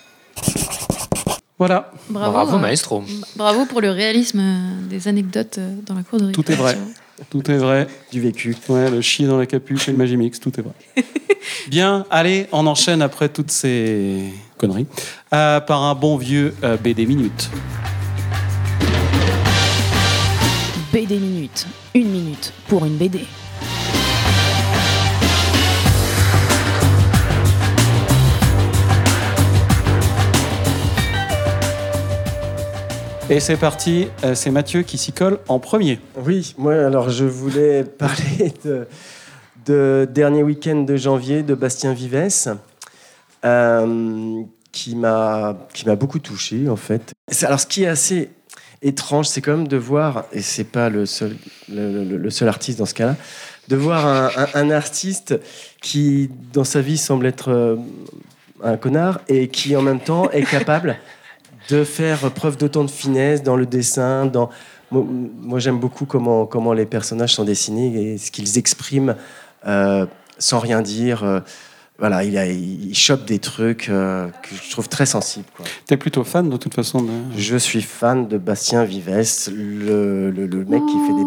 Voilà. Bravo, Bravo, euh, maestro. Bravo pour le réalisme euh, des anecdotes euh, dans la cour de Tout est vrai. récréation. Tout est vrai. Du vécu. Ouais, le chier dans la capuche et le Magimix, tout est vrai. Bien, allez, on enchaîne après toutes ces conneries euh, par un bon vieux euh, B D Minute. B D Minute. Une minute pour une B D. Et c'est parti, euh, c'est Mathieu qui s'y colle en premier. Oui, moi alors je voulais parler de, de dernier week-end de janvier de Bastien Vives, euh, qui m'a qui m'a beaucoup touché en fait. C'est- Alors ce qui est assez étrange, c'est quand même de voir, et c'est pas le seul le, le- le seul artiste dans ce cas-là, de voir un, un- un artiste qui dans sa vie semble être euh, un connard et qui en même temps est capable de faire preuve d'autant de finesse dans le dessin, dans... Moi, moi, j'aime beaucoup comment, comment les personnages sont dessinés et ce qu'ils expriment euh, sans rien dire. Euh, voilà, il, a, il chope des trucs euh, que je trouve très sensibles. Quoi. T'es plutôt fan de toute façon de... Je suis fan de Bastien Vives, le, le, le mec qui fait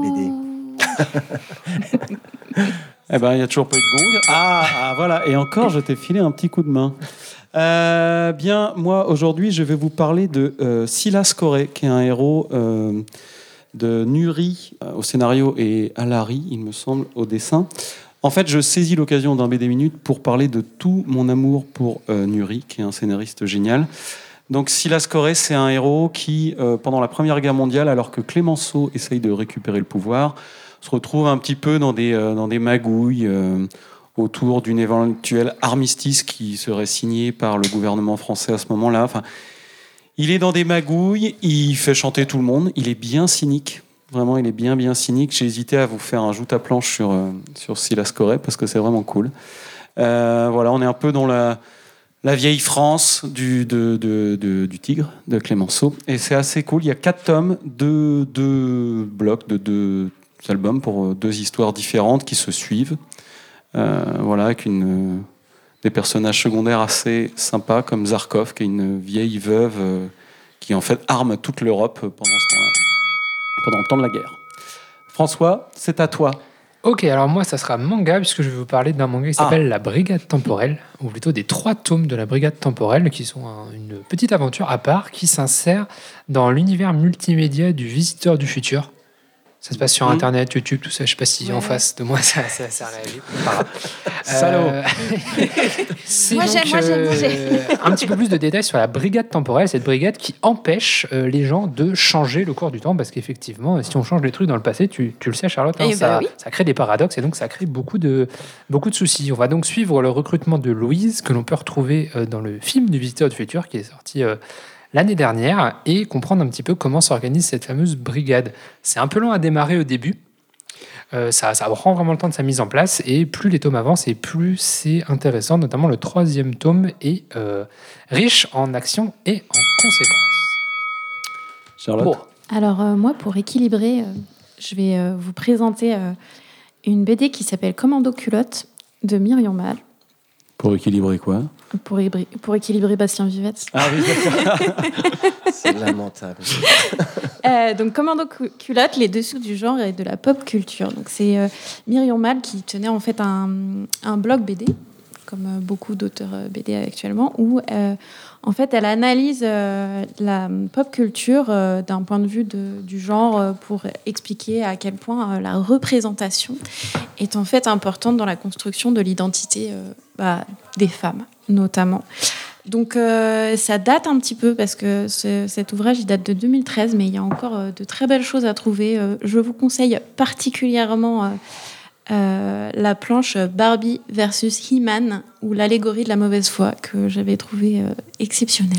des B D. Eh ben, il n'y a toujours pas eu de gong. Ah, ah, voilà, et encore, je t'ai filé un petit coup de main. Euh, bien, moi, aujourd'hui, je vais vous parler de euh, Silas Coré, qui est un héros euh, de Nuri euh, au scénario et Alari, il me semble, au dessin. En fait, je saisis l'occasion d'un B D Minute pour parler de tout mon amour pour euh, Nuri, qui est un scénariste génial. Donc, Silas Coré, c'est un héros qui, euh, pendant la Première Guerre mondiale, alors que Clémenceau essaye de récupérer le pouvoir, se retrouve un petit peu dans des, euh, dans des magouilles euh, autour d'une éventuelle armistice qui serait signée par le gouvernement français à ce moment-là. Enfin, il est dans des magouilles, il fait chanter tout le monde, il est bien cynique. Vraiment, il est bien, bien cynique. J'ai hésité à vous faire un joute à planche sur, euh, sur Silas Coré parce que c'est vraiment cool. Euh, voilà, on est un peu dans la, la vieille France du, de, de, de, du Tigre, de Clémenceau. Et c'est assez cool. Il y a quatre tomes, deux, deux blocs de deux albums pour deux histoires différentes qui se suivent. Euh, voilà, avec une, euh, des personnages secondaires assez sympas, comme Zarkov, qui est une vieille veuve euh, qui en fait arme toute l'Europe pendant ce temps-là, pendant le temps de la guerre. François, c'est à toi. Ok, alors moi, ça sera manga, puisque je vais vous parler d'un manga qui s'appelle La Brigade Temporelle, ou plutôt des trois tomes de La Brigade Temporelle, qui sont un- une petite aventure à part, qui s'insère dans l'univers multimédia du Visiteur du Futur. Ça se passe sur Mmh. Internet, YouTube, tout ça. Je sais pas si Ouais. en face de moi, ça, ça, ça réagit. Pas grave. Salaud. Euh, c'est Moi, j'aime, donc, moi, j'aime, moi, euh, j'aime. un petit peu plus de détails sur la brigade temporelle, cette brigade qui empêche euh, les gens de changer le cours du temps, parce qu'effectivement, si on change les trucs dans le passé, tu, tu le sais, Charlotte, hein, Eh ben ça, oui. ça crée des paradoxes et donc ça crée beaucoup de, beaucoup de soucis. On va donc suivre le recrutement de Louise, que l'on peut retrouver euh, dans le film du Visiteur du Futur, qui est sorti euh, l'année dernière et comprendre un petit peu comment s'organise cette fameuse brigade. C'est un peu long à démarrer au début. Euh, ça, ça prend vraiment le temps de sa mise en place et plus les tomes avancent et plus c'est intéressant. Notamment le troisième tome est euh, riche en action et en conséquences. Charlotte. Bon. Alors euh, moi, pour équilibrer, euh, je vais euh, vous présenter euh, une B D qui s'appelle Commando Culotte de Myriam Mal. Pour équilibrer quoi? Pour, ébri- pour équilibrer Bastien Vivette. Ah oui, d'accord. C'est lamentable. Euh, donc Commando Cu- Culotte, les dessous du genre et de la pop culture. Donc c'est euh, Myriam Mal qui tenait en fait un, un blog B D, comme euh, beaucoup d'auteurs euh, B D actuellement, où euh, en fait elle analyse euh, la pop culture euh, d'un point de vue de, du genre euh, pour expliquer à quel point euh, la représentation est en fait importante dans la construction de l'identité euh, bah, des femmes, notamment. Donc euh, ça date un petit peu parce que ce, cet ouvrage il date de deux mille treize, mais il y a encore euh, de très belles choses à trouver. Euh, je vous conseille particulièrement euh, euh, la planche Barbie versus He-Man ou l'allégorie de la mauvaise foi que j'avais trouvé euh, exceptionnelle.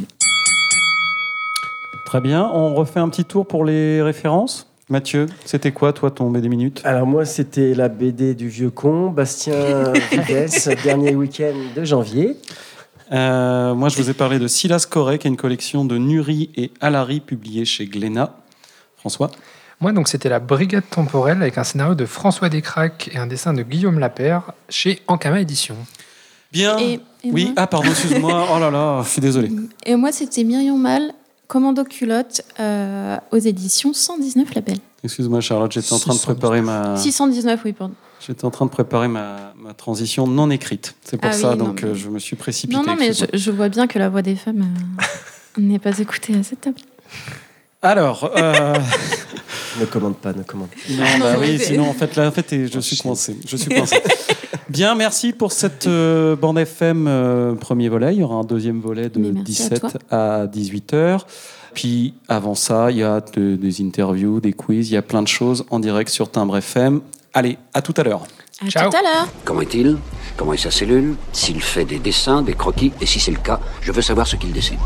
Très bien, on refait un petit tour pour les références. Mathieu, c'était quoi toi ton B D Minute? Alors moi c'était la B D du vieux con, Bastien Vivès, dernier week-end de janvier. Euh, moi, je vous ai parlé de Silas Corée, qui est une collection de Nuri et Alary publiée chez Glénat. François? Moi, donc, c'était la Brigade temporelle avec un scénario de François Descraques et un dessin de Guillaume Lapère chez Ankama Éditions. Bien. Et, et oui, moi ah pardon, excuse-moi. Oh là là, je suis désolé. Et moi c'était Myriam Mal, Commando Culotte euh, aux éditions cent dix-neuf Label. Excuse-moi, Charlotte, j'étais en train de préparer ma. six cent dix-neuf, oui, pardon. J'étais en train de préparer ma, ma transition non écrite. C'est pour Ah ça, oui, donc non, euh, mais- je me suis précipité. Non, non, mais je, excuse-moi. je vois bien que la voix des femmes euh, n'est pas écoutée à cette table. Alors. Euh... Ne commande pas, ne commande pas. Non, bah oui, sinon en fait là en fait et je suis coincé. Je suis coincé. Bien, merci pour cette euh, bande F M euh, premier volet. Il y aura un deuxième volet de Mais merci à dix-sept toi. à dix-huit heures. Puis avant ça, il y a de- des interviews, des quiz, il y a plein de choses en direct sur Timbre F M. Allez, à tout à l'heure. À tout à l'heure. Comment est-il? Comment est sa cellule? S'il fait des dessins, des croquis, et si c'est le cas, je veux savoir ce qu'il dessine.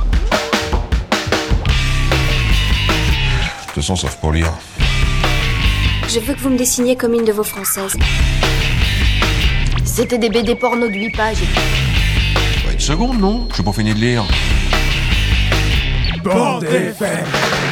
De toute façon, sauf pour lire. Je veux que vous me dessiniez comme une de vos françaises. C'était des B D porno de huit pages. Bah, une seconde, non? Je suis pas fini de lire. Bande F M.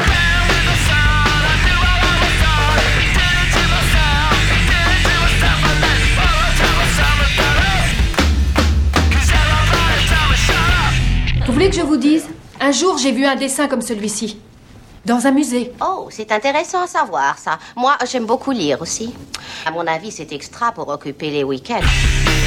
Vous voulez que je vous dise? Un jour, j'ai vu un dessin comme celui-ci. Dans un musée. Oh, c'est intéressant à savoir, ça. Moi, j'aime beaucoup lire aussi. À mon avis, c'est extra pour occuper les week-ends.